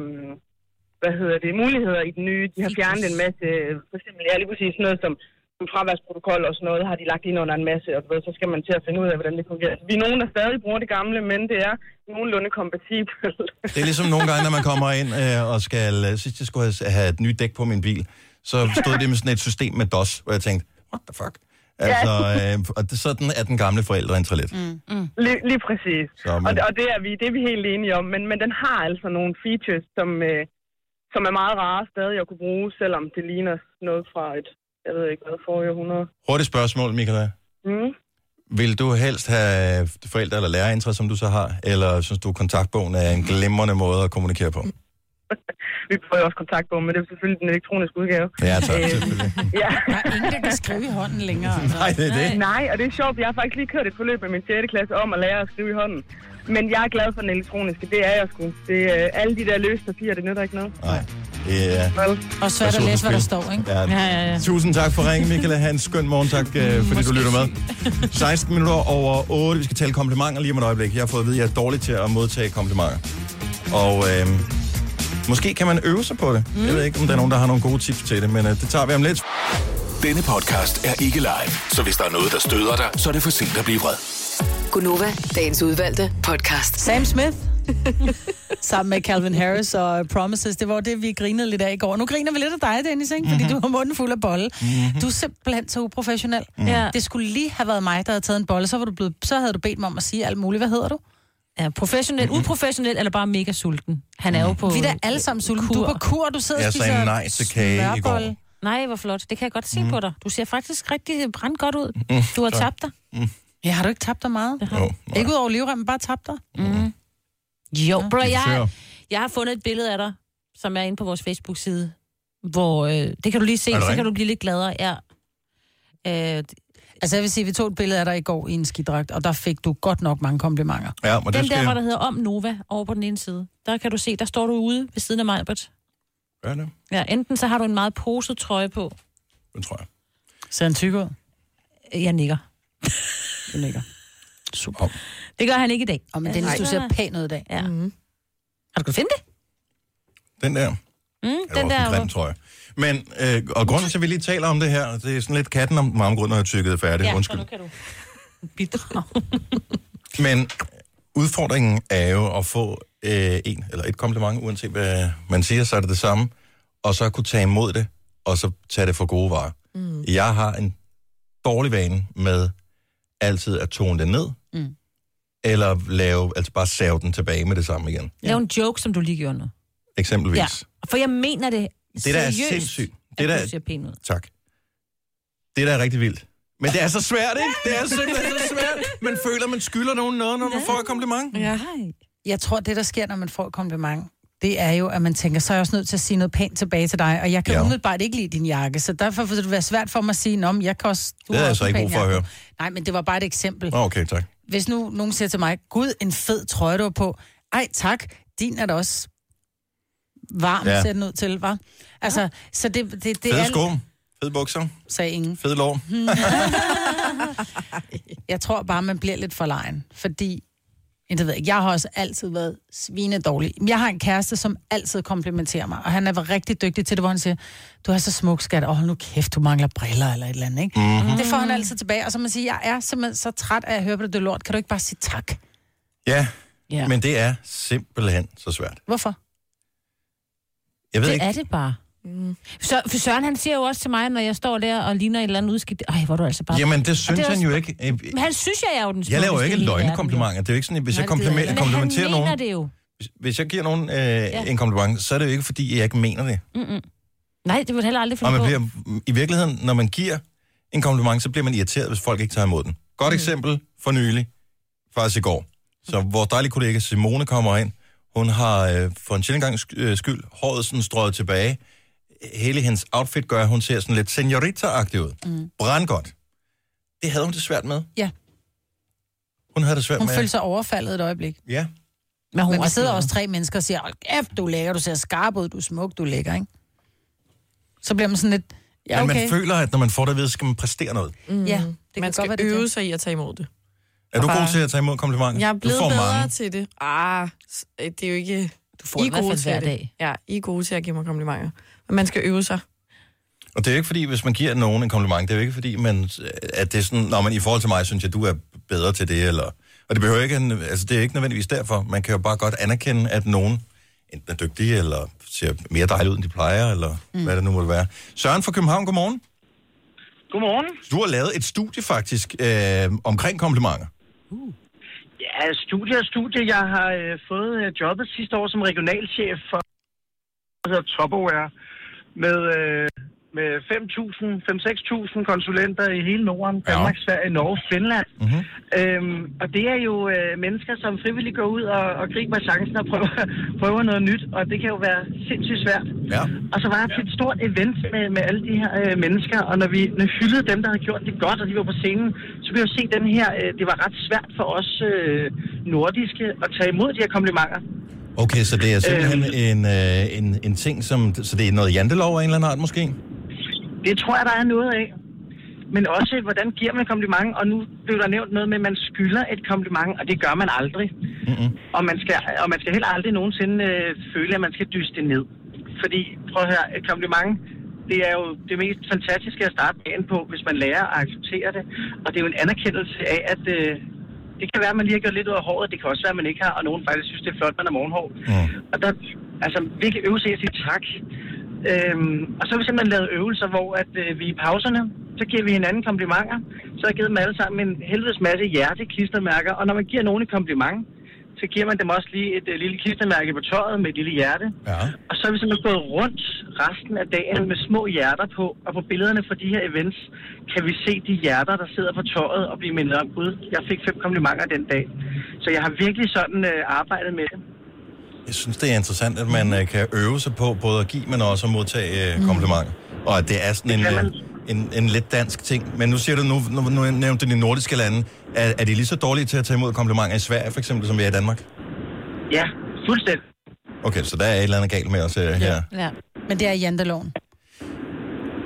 hvad hedder det, muligheder i den nye. De har fjernet en masse, for eksempel, jeg lige præcis sådan noget som, som fraværsprotokol og sådan noget, har de lagt ind under en masse, og du ved, så skal man til at finde ud af, hvordan det fungerer. Vi er nogen, der stadig bruger det gamle, men det er nogenlunde kompatibelt. Det er ligesom nogle gange, når man kommer ind øh, og skal... øh, Sidst jeg skulle have, have et nyt dæk på min bil, så stod det med sådan et system med DOS, hvor jeg tænkte, what the fuck? Altså, øh, og det, sådan er den gamle forældreintra lidt. Mm, mm. Lige, lige præcis. Så, men- Og, det- og det, er vi, det er vi helt enige om, men, men den har altså nogle features, som, øh, som er meget rare stadig at kunne bruge, selvom det ligner noget fra et, jeg ved ikke hvad, forrige århundrede. Hurtigt spørgsmål, Michaela. Mm. Vil du helst have forældre- eller lærerintra, som du så har, eller synes du, kontaktbogen er en glimrende måde at kommunikere på? Vi prøver også kontaktbogen, men det er selvfølgelig den elektroniske udgave. Ja, tak, Øh, selvfølgelig. Ja. Der er ingen, der kan skrive i hånden længere. Altså. Nej, det er det. Nej, og det er sjovt. Jeg har faktisk lige kørt et forløb med min sjette klasse om at lære at skrive i hånden. Men jeg er glad for den elektroniske. Det er jeg sgu. Det er, alle de der løse papirer, det nytter ikke noget. Nej, det er... Vel? Og svært at læse, hvad der står, ikke? Ja. Ja, ja, ja. Tusind tak for ringen, Michaela. Ha' en skøn morgen. Tak, øh, fordi du lytter med. seksten minutter over otte. Vi skal tale komplimenter lige om et øjeblik. Jeg har fået at vide, at jeg er dårlig til at modtage komplimenter. Og øh, måske kan man øve sig på det. Mm. Jeg ved ikke, om der er nogen, der har nogle gode tips til det, men øh, det tager vi om lidt. Denne podcast er ikke live, så hvis der er noget, der støder dig, så er det for sent at blive vred. Gunova, dagens udvalgte podcast. Sam Smith, sammen med Calvin Harris og Promises, det var det, vi grinede lidt af i går. Nu griner vi lidt af dig, Dennis, ikke? Fordi Mhm. du har munden fuld af bolle. Du er simpelthen så uprofessionel. Ja. Det skulle lige have været mig, der havde taget en bolle, så, var du blevet, så havde du bedt mig om at sige alt muligt. Hvad hedder du? Ja, professionel, Mhm. uprofessionel eller bare mega sulten. Han er jo på... Vi er da alle sammen sulten. Du er på kur, du sidder og Jeg spiser sagde nej til kage i går. smørbolle. Nej, hvor flot. Det kan jeg godt se mm. på dig. Du ser faktisk rigtig brændt godt ud. Mm, Du har tak. tabt dig. Ja, har du ikke tabt dig meget? Jo, nej. Ikke ud over livremmen, bare tabt dig? Mm. Jo, bro, jeg, Sure. har- jeg har fundet et billede af dig, som er inde på vores Facebook-side, hvor øh, det kan du lige se, Er det så rigtigt? kan du blive lidt gladere. Ja. Øh, Altså, jeg vil sige, vi tog et billede af dig i går i en skidragt, og der fik du godt nok mange komplimenter. Ja, og det den skal... der, hvor der hedder Om Nova, over på den ene side, der kan du se, der står du ude ved siden af Majbert. Gør det? Ja, enten så har du en meget poset trøje på. Det tror jeg. Ser han tyk ud? Jeg nikker. Du nikker. Super. Det gør han ikke i dag. Og men Dennis, du ser pæn ud i dag. Ja. Mm-hmm. Har du kunnet finde det? Den der. Mm, den der... Grim, tror jeg. Men, øh, og grunden til, at vi lige taler om det her, det er sådan lidt katten om mange grunde, når jeg tykket er færdig. Ja, Undskyld. så nu kan du bidrage. Men udfordringen er jo at få øh, en eller et kompliment, uanset hvad man siger, så er det det samme, og så kunne tage imod det, og så tage det for gode varer. Mm. Jeg har en dårlig vane med altid at tone det ned, mm. eller lave, altså bare save den tilbage med det samme igen. Lav en joke, som du lige gjorde nu. Eksempelvis. Ja. For jeg mener det Det der er sindssygt. Det der, du ser pæn ud. Tak. Det der er rigtig vildt. Men det er så svært, ikke? Det er simpelthen så svært. Man føler, man skylder nogen noget, når man får et kompliment. Ja. Jeg tror, det der sker, når man får et kompliment, det er jo, at man tænker, så er jeg også nødt til at sige noget pænt tilbage til dig, og jeg kan ja. umiddelbart ikke lide din jakke, så derfor vil det være svært for mig at sige, om jeg kan også... Du det er jeg så ikke brug for at høre. Nej, men det var bare et eksempel. Okay, tak. Hvis nu nogen siger til mig, gud, en fed trøje, du har på. Ej, tak, din er da også varm, ja. ser den ud til, hva'? Altså, så det... det, det Fede er... sko, fede bukser. Sagde ingen. Fede lår. Jeg tror bare, man bliver lidt for lejen, fordi... Jeg ved ikke, jeg har også altid været svinedårlig. Jeg har en kæreste, som altid komplimenterer mig, og han er rigtig dygtig til det, hvor han siger, du er så smuk, skat, åh, nu kæft, du mangler briller eller et eller andet, ikke? Mm-hmm. Det får han altid tilbage, og så man siger, jeg er simpelthen så træt af at høre på det, det lort. Kan du ikke bare sige tak? Ja, ja. Men det er simpelthen så svært. Hvorfor? Jeg ved det ikke. er det bare. Mm. Så, for Søren, han siger jo også til mig, når jeg står der og ligner et eller andet udskidt. Ej, hvor du altså bare... Jamen, det synes det han også... jo ikke. Men han synes, jeg er jo den smukkeste. Jeg laver jo ikke løgnekomplimenter. Det er jo ikke sådan, at hvis Nej, jeg komplimenterer, komplimenterer nogen... han det jo. Hvis, hvis jeg giver nogen øh, ja. en kompliment, så er det jo ikke, fordi jeg ikke mener det. Mm-mm. Nej, det vil heller aldrig finde og man på. Bliver, i virkeligheden, når man giver en kompliment, så bliver man irriteret, hvis folk ikke tager imod den. Godt mm. eksempel for nylig, faktisk i går. Så vores dejlige kollega Simone kommer ind. Hun har øh, for en sjældent gang skyld håret sådan strøget tilbage. Hele hendes outfit gør, at hun ser sådan lidt señorita-agtig ud. Mm. Brandgodt. Det havde hun det svært med. Ja. Hun havde det svært hun med... Hun følte sig overfaldet et øjeblik. Ja. Men, hun Men der sidder også tre mennesker og siger, F, du er lækker, du ser skarp ud, du er smuk, du er lækker, ikke? Så bliver man sådan lidt... Ja, okay. Men man føler, at når man får det at vide, så skal man præstere noget. Mm. Ja, det man skal godt øve sig i at tage imod det. Er du bare... god til at tage imod komplimenter? Jeg er blevet bedre mange. til det. Ah, det er jo ikke... Du får I det i hvert fald hver dag. Ja, I er gode til at give mig komplimenter. Men man skal øve sig. Og det er jo ikke fordi, hvis man giver nogen en kompliment, det er jo ikke fordi, man, at det er sådan, når man i forhold til mig, synes jeg, du er bedre til det, eller... Og det behøver ikke, altså det er ikke nødvendigvis derfor. Man kan jo bare godt anerkende, at nogen enten er dygtige, eller ser mere dejlige ud, end de plejer, eller mm. hvad det nu må være. Søren fra København, godmorgen. Godmorgen. Du har lavet et studie faktisk, øh, omkring komplimenter. Uh. Ja, studie og studie. Jeg har øh, fået øh, jobbet sidste år som regionalchef for, der hedder Tupperware, med... Øh, med fem tusind, fem til seks tusind konsulenter i hele Norden, Danmark, ja. Sverige, Norge, Finland. Mm-hmm. Øhm, og det er jo øh, mennesker, som frivilligt går ud og, og griber chancen og prøver, prøver noget nyt, og det kan jo være sindssygt svært. Ja. Og så var jeg til et stort event med, med alle de her øh, mennesker, og når vi når hyldede dem, der havde gjort det godt, og de var på scenen, så kunne jeg se den her, øh, det var ret svært for os øh, nordiske at tage imod de her komplimenter. Okay, så det er simpelthen øhm, en, øh, en, en ting, som, så det er noget jantelov af en eller anden art måske? Det tror jeg, der er noget af. Men også, hvordan giver man kompliment? Og nu blev der nævnt noget med, at man skylder et kompliment, og det gør man aldrig. Mm-hmm. Og, man skal, og man skal heller aldrig nogensinde øh, føle, at man skal dyste det ned. Fordi, prøv at høre, et kompliment, det er jo det mest fantastiske at starte dagen på, hvis man lærer at acceptere det. Og det er jo en anerkendelse af, at øh, det kan være, at man lige har gjort lidt ud af håret. Det kan også være, at man ikke har, og nogen faktisk synes, det er flot, man har morgenhår. Mm. Og der, altså, virkelig øve sig at sige tak. Øhm, og så har vi simpelthen lavet øvelser, hvor at, øh, vi i pauserne, så giver vi hinanden komplimenter. Så har jeg givet dem alle sammen en helvedes masse hjerteklistermærker. Og når man giver nogen et kompliment, så giver man dem også lige et øh, lille klistermærke på tøjet med et lille hjerte. Ja. Og så har vi simpelthen gået rundt resten af dagen med små hjerter på. Og på billederne fra de her events kan vi se de hjerter, der sidder på tøjet og blive mindet om, gud, jeg fik fem komplimenter den dag. Så jeg har virkelig sådan øh, arbejdet med det. Jeg synes, det er interessant, at man uh, kan øve sig på både at give, men også at modtage uh, komplimenter. Mm. Og at det er sådan en, uh, en, en lidt dansk ting. Men nu siger du, nu, nu, nu nævnte du de nordiske lande. Er, er de lige så dårlige til at tage imod komplimenter i Sverige, for eksempel, som vi er i Danmark? Ja, fuldstændig. Okay, så der er et eller andet galt med os uh, her. Ja, men det er janteloven.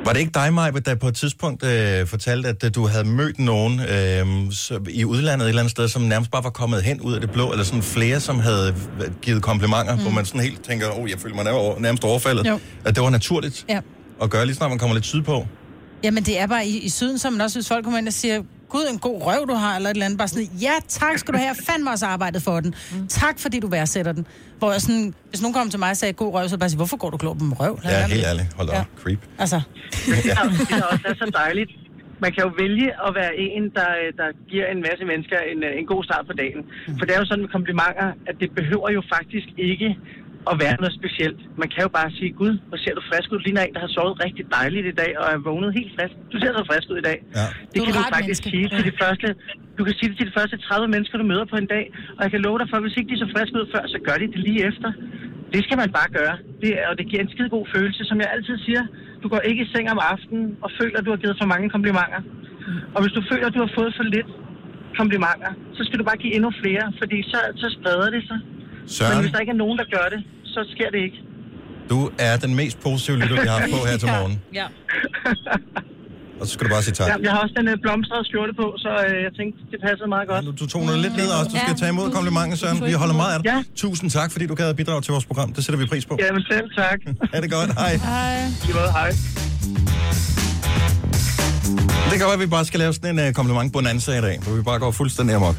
Var det ikke dig, Maja, der på et tidspunkt øh, fortalte, at, at du havde mødt nogen øh, så, i udlandet et eller andet sted, som nærmest bare var kommet hen ud af det blå, eller sådan flere, som havde givet komplimenter, mm. hvor man sådan helt tænker, åh, oh, jeg føler mig nærmest, nærmest overfaldet. Jo. At det var naturligt ja. at gøre, lige snart man kommer lidt sydpå. Jamen, det er bare i, i syden, som man også, hvis folk kommer ind og siger, gud, en god røv, du har, eller et eller andet, bare sådan, ja, tak skal du have, fandme også arbejdet for den. Mm. Tak, fordi du værdsætter den. Hvor jeg sådan, hvis nogen kommer til mig og sagde, god røv, så bare sige, hvorfor går du klog på en røv? Ja, ja helt ærligt. Hold da ja. op. Creep. Altså. Ja, det er også er så dejligt. Man kan jo vælge at være en, der, der giver en masse mennesker en, en god start på dagen. Mm. For det er jo sådan med komplimenter, at det behøver jo faktisk ikke at være noget specielt. Man kan jo bare sige, gud, hvor ser du frisk ud? Ligner en, der har sovet rigtig dejligt i dag, og er vågnet helt frisk. Du ser så frisk ud i dag. Ja. Det kan du faktisk menneske. sige til de første, du kan sige det til de første tredive mennesker, du møder på en dag, og jeg kan love dig for, hvis ikke de så friske ud før, så gør de det lige efter. Det skal man bare gøre. Det, og det giver en skide god følelse, som jeg altid siger. Du går ikke i seng om aftenen og føler, at du har givet for mange komplimenter. Og hvis du føler, at du har fået for lidt komplimenter, så skal du bare give endnu flere, fordi så, så spreder det sig. Søren. Men hvis der ikke er nogen, der gør det, så sker det ikke. Du er den mest positive lytter, vi har på her til morgen. Ja. Og så skal du bare sige tak. Ja, jeg har også den øh, blomstrede skjorte på, så øh, jeg tænkte, det passede meget godt. Ja, du tog noget lidt ned også. Du skal ja. tage imod komplimenter, Søren. Vi holder meget af dig. Ja. Tusind tak, fordi du gad at bidrage til vores program. Det sætter vi pris på. Jamen selv tak. Ha' det godt. Hej. Hej. I måde, hej. Det kan være, at vi bare skal lave sådan en uh, kompliment-bonanza i dag, hvor vi bare går fuldstændig amok.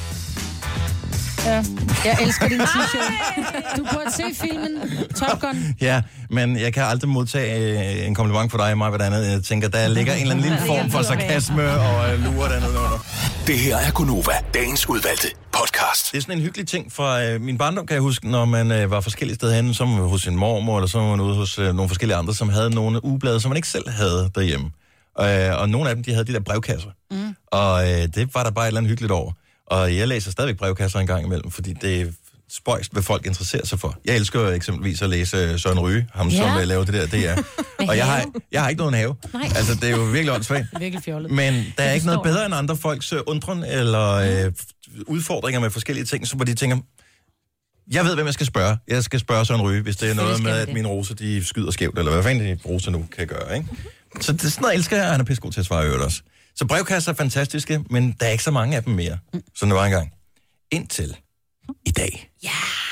Ja, jeg elsker din t-shirt. Du burde se filmen Top Gun. Ja, men jeg kan aldrig modtage en kompliment for dig, Maja, hvad andet. Jeg tænker, der ligger en eller anden lille form for sarkasme og uh, lurer dernede under. Det her er Gonova, dagens udvalgte podcast. Det er sådan en hyggelig ting fra uh, min barndom, kan jeg huske, når man uh, var forskellige steder henne, som hos sin mormor, eller så var man ude hos uh, nogle forskellige andre, som havde nogle ugeblade, som man ikke selv havde derhjemme. Uh, og nogle af dem, de havde de der brevkasser. Mm. Og uh, det var der bare et eller andet hyggeligt over. Og jeg læser stadigvæk brevkasser en gang imellem, fordi det er spøjst, hvad folk interesserer sig for. Jeg elsker jo eksempelvis at læse Søren Ryge, ham ja. som uh, laver det der, det er. Og jeg har, jeg har ikke nogen have. Nej. Altså, det er jo virkelig åndssvagt. Virkelig fjollet. Men der er ikke noget bedre end andre folks uh, undren eller uh, udfordringer med forskellige ting, så hvor de tænker, jeg ved, hvem jeg skal spørge. Jeg skal spørge Søren Ryge, hvis det er noget med, at mine roser, de skyder skævt, eller hvad fanden de roser nu kan gøre, ikke? Så det, sådan noget elsker jeg, og han er pissegod til at svare øvrigt også. Så brevkasser er fantastiske, men der er ikke så mange af dem mere, som der var engang. Indtil i dag. Ja.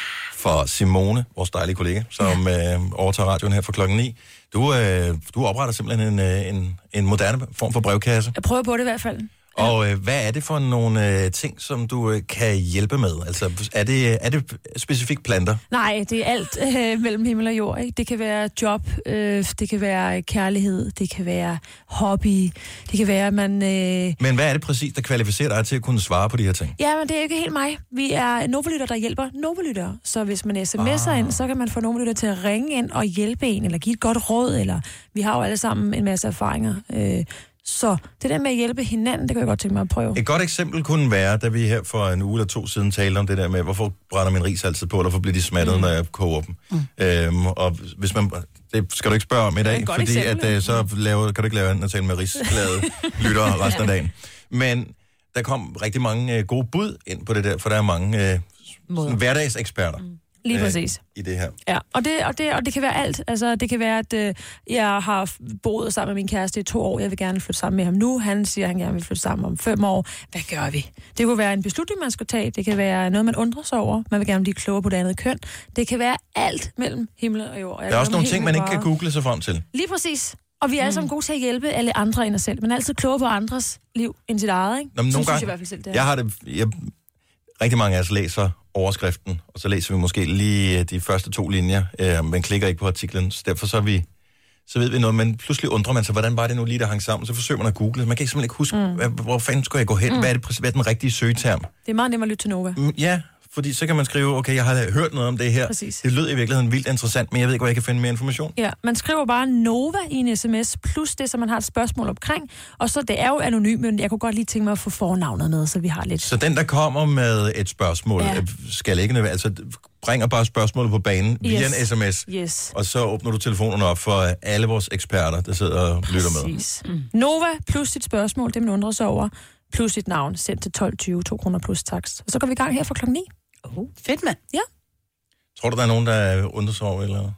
For Simone, vores dejlige kollega, som ja. øh, overtager radioen her for klokken ni. Du, øh, du opretter simpelthen en, øh, en, en moderne form for brevkasse. Jeg prøver på det i hvert fald. Og øh, hvad er det for nogle øh, ting, som du øh, kan hjælpe med? Altså, er det, er det specifikt planter? Nej, det er alt øh, mellem himmel og jord. Ikke? Det kan være job, øh, det kan være kærlighed, det kan være hobby, det kan være, at man... Øh... Men hvad er det præcis, der kvalificerer dig til at kunne svare på de her ting? Ja, men det er ikke helt mig. Vi er Novalytter, der hjælper Novalytter. Så hvis man sms'er ah. ind, så kan man få Novalytter til at ringe ind og hjælpe en, eller give et godt råd, eller vi har jo alle sammen en masse erfaringer. Øh, Så det der med at hjælpe hinanden, det kan jeg godt tænke mig at prøve. Et godt eksempel kunne være, da vi her for en uge eller to siden talte om det der med, hvorfor brænder min ris altid på, eller hvorfor bliver de smattet, mm. når jeg koger dem. Mm. Øhm, og hvis man, det skal du ikke spørge om i dag, fordi eksempel. at, så laver, kan du ikke lave andet at tale med risglade lyttere resten af dagen. Men der kom rigtig mange uh, gode bud ind på det der, for der er mange uh, hverdagseksperter. Mm. Lige præcis. I det her. Ja, og det, og, det, og det kan være alt. Altså, det kan være, at øh, jeg har boet sammen med min kæreste i to år. Jeg vil gerne flytte sammen med ham nu. Han siger, at han gerne vil flytte sammen om fem år. Hvad gør vi? Det kunne være en beslutning, man skal tage. Det kan være noget, man undrer sig over. Man vil gerne blive klogere på det andet køn. Det kan være alt mellem himmel og jord. Jeg der er også nogle ting, man ikke kan google sig frem til. Lige præcis. Og vi er alle sammen gode til at hjælpe alle andre end os selv. Men altid klogere på andres liv end sit eget, ikke? Nå, nogle synes gange, jeg i hvert fald selv, det er. Jeg har det... Jeg, rigtig mange af os læser overskriften, og så læser vi måske lige de første to linjer, øh, men klikker ikke på artiklen, så derfor så, vi, så ved vi noget, men pludselig undrer man sig, hvordan var det nu lige, der hang sammen, så forsøger man at google, man kan simpelthen ikke huske, mm. hvor, hvor fanden skulle jeg gå hen, mm. hvad, er det, hvad er den rigtige søgeterm? Det er meget nemmere at lytte til Nova. Mm, ja, fordi så kan man skrive, okay, jeg har hørt noget om det her, præcis. Det lød i virkeligheden vildt interessant, men jeg ved ikke, hvor jeg kan finde mere information. Ja, man skriver bare Nova i en sms, plus det, som man har et spørgsmål omkring, og så det er jo anonym, men jeg kunne godt lige tænke mig at få fornavnet med, så vi har lidt... Så den, der kommer med et spørgsmål, ja. skal ikke nødvendigt, altså bringer bare spørgsmålet på banen via yes. en sms, yes. og så åbner du telefonerne op for alle vores eksperter, der sidder og lytter med. Mm. Nova plus dit spørgsmål, det man undrer sig over, plus dit navn, sendt til tolv tyve, to kroner plus takst. Og så går vi i gang her fra klokken ni. Oh, fedt, mand. Ja. Tror du, der er nogen, der undrer sig over, eller?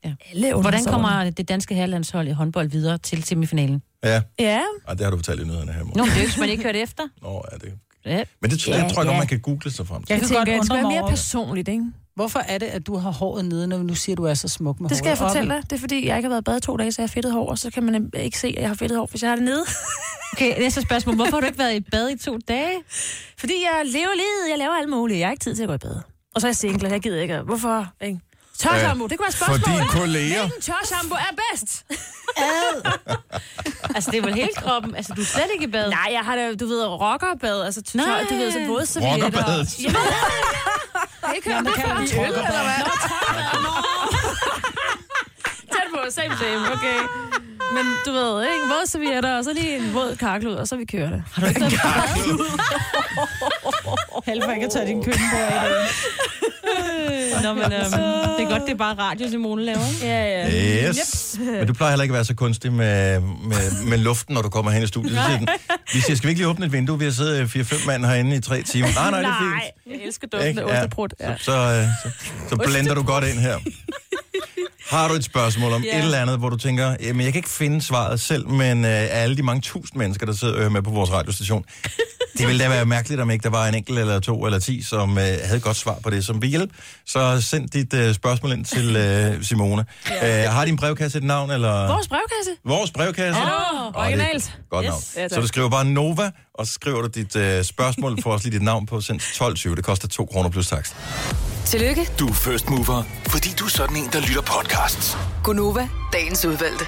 Ja. Hvordan kommer det danske herrelandshold i håndbold videre til semifinalen? Ja. Ja. Og det har du fortalt i nyhederne her. Nå, det er jo ikke, man ikke hørt efter. Nå, ja, det... Ja. Men det, ja, det tror jeg ja. godt, man kan google sig frem til. Jeg Jeg kan godt tænker, det skal undre være mig mere over, personligt, ikke? hvorfor er det, at du har håret nede, når du nu siger, at du er så smuk med Det skal jeg håret fortælle oppe? dig. Det er fordi, jeg ikke har været i bad to dage, så jeg har fedtet hår, og så kan man ikke se, at jeg har fedtet hår, hvis jeg har det nede. Okay, næste spørgsmål. Hvorfor har du ikke været i bad i to dage? Fordi jeg lever livet, jeg laver alt muligt. Jeg har ikke tid til at gå i bad. Og så er jeg single, jeg gider ikke. Hvorfor? Ikke? Tørshampoo, øh, det kunne være et spørgsmål. For dine kolleger. Hvilken tørshampoo er bedst? Altså, det er vel hele kroppen. Altså, du er slet ikke i bad. Nej, jeg har da, du ved, rockerbad. Altså, tø- Nej. du ved, sådan vådservietter. Rockerbadet. Ja, jeg ikke hørt det før. I øl, eller hvad? Tæt på, same same, okay. Men du ved, ikke? Vådservietter, og så lige en våd karklud, og så vi kører det. Har du ikke været i bad? Helfer ikke at tage din køkkenbord i dag. Nå, men øhm, det er godt, det er bare radio, Simone laver. Ja, ja. Yes. Men du plejer heller ikke at være så kunstig med, med, med luften, når du kommer hen i studiet. Nej. Vi siger, skal vi ikke lige åbne et vindue? Vi har siddet fire fem mand herinde i tre timer. Nej, nej, det er fint. Nej, jeg elsker duften Ikke? af Ja. ostebrud. Ja. Så, så, så, så blender du godt ind her. Har du et spørgsmål om Ja. et eller andet, hvor du tænker, jamen jeg kan ikke finde svaret selv, men øh, alle de mange tusind mennesker, der sidder og hører med på vores radiostation, det ville da være mærkeligt, om ikke der var en enkelt eller to eller ti, som øh, havde et godt svar på det, som vil hjælpe. Så send dit øh, spørgsmål ind til øh, Simone. Ja. Øh, har din brevkasse et navn? Eller? Vores brevkasse. Vores brevkasse? Åh, Åh, det er originalt. Godt Yes. navn. Ja, tak. Så du skriver bare Nova, og så skriver du dit øh, spørgsmål, får også lige dit navn på, sendt til tolv tyve. Det koster to kroner plus takst. Tillykke, Du er first mover, fordi du er sådan en, der lytter podcasts. Gunova, dagens udvalgte.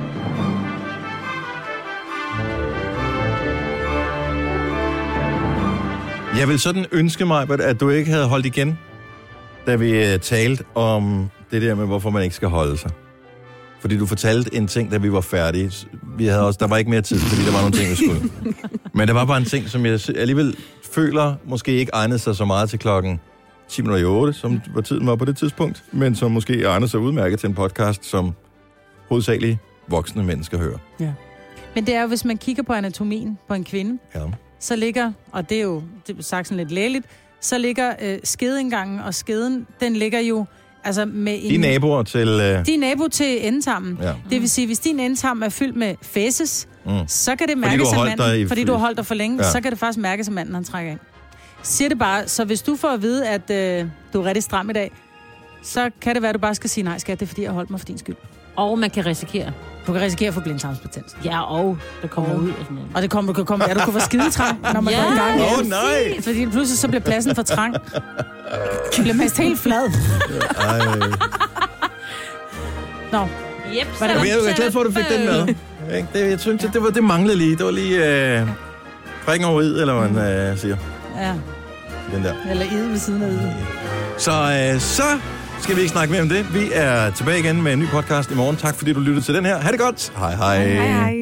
Jeg vil sådan ønske mig, at du ikke havde holdt igen, da vi uh, talte om det der med, hvorfor man ikke skal holde sig. Fordi du fortalte en ting, da vi var færdige. Vi havde også, der var ikke mere tid, fordi der var nogle ting, vi skulle. Men der var bare en ting, som jeg alligevel føler måske ikke egnede sig så meget til klokken ti minutter i otte, som var tiden var på det tidspunkt, men som måske egnede sig udmærket til en podcast, som hovedsageligt voksne mennesker hører. Ja. Men det er jo, hvis man kigger på anatomien på en kvinde, Ja. så ligger, og det er jo det er sagt sådan lidt lægeligt, så ligger øh, skedeindgangen og skeden, den ligger jo altså med en... De naboer til... Øh... De er nabo til endetarmen. Ja. Det vil sige, hvis din endetarm er fyldt med fæses, mm. så kan det Fordi mærkes du har af holdt dig manden, i- fordi du har holdt dig for længe, Ja. så kan det faktisk mærkes af manden, han trækker ind. Siger det bare, så hvis du får at vide, at øh, du er rigtig stram i dag, så kan det være, at du bare skal sige nej, skat, det er fordi, jeg har holdt mig for din skyld. Og man kan risikere. Du kan risikere at få blindtarmsbetændelse. Ja, og det kommer ud og sådan noget. Og det kommer, du kan komme, ja, du kan få skidetrang, når man Ja. går i gang. Åh, nej! Fordi pludselig så bliver pladsen for trang. Det bliver mest helt flad. Ej. Nå, Yep, Var det- Men jeg er glad for, at du fik den med. Ikke? Det, jeg synes, det, det, var, det manglede lige. Det var lige øh, prikken over id, eller hvad man øh, siger. ja. Den der. Eller ide ved siden af ide. Så, øh, så skal vi ikke snakke mere om det. Vi er tilbage igen med en ny podcast i morgen. Tak fordi du lyttede til den her. Ha' det godt. Hej hej. Hej, hej.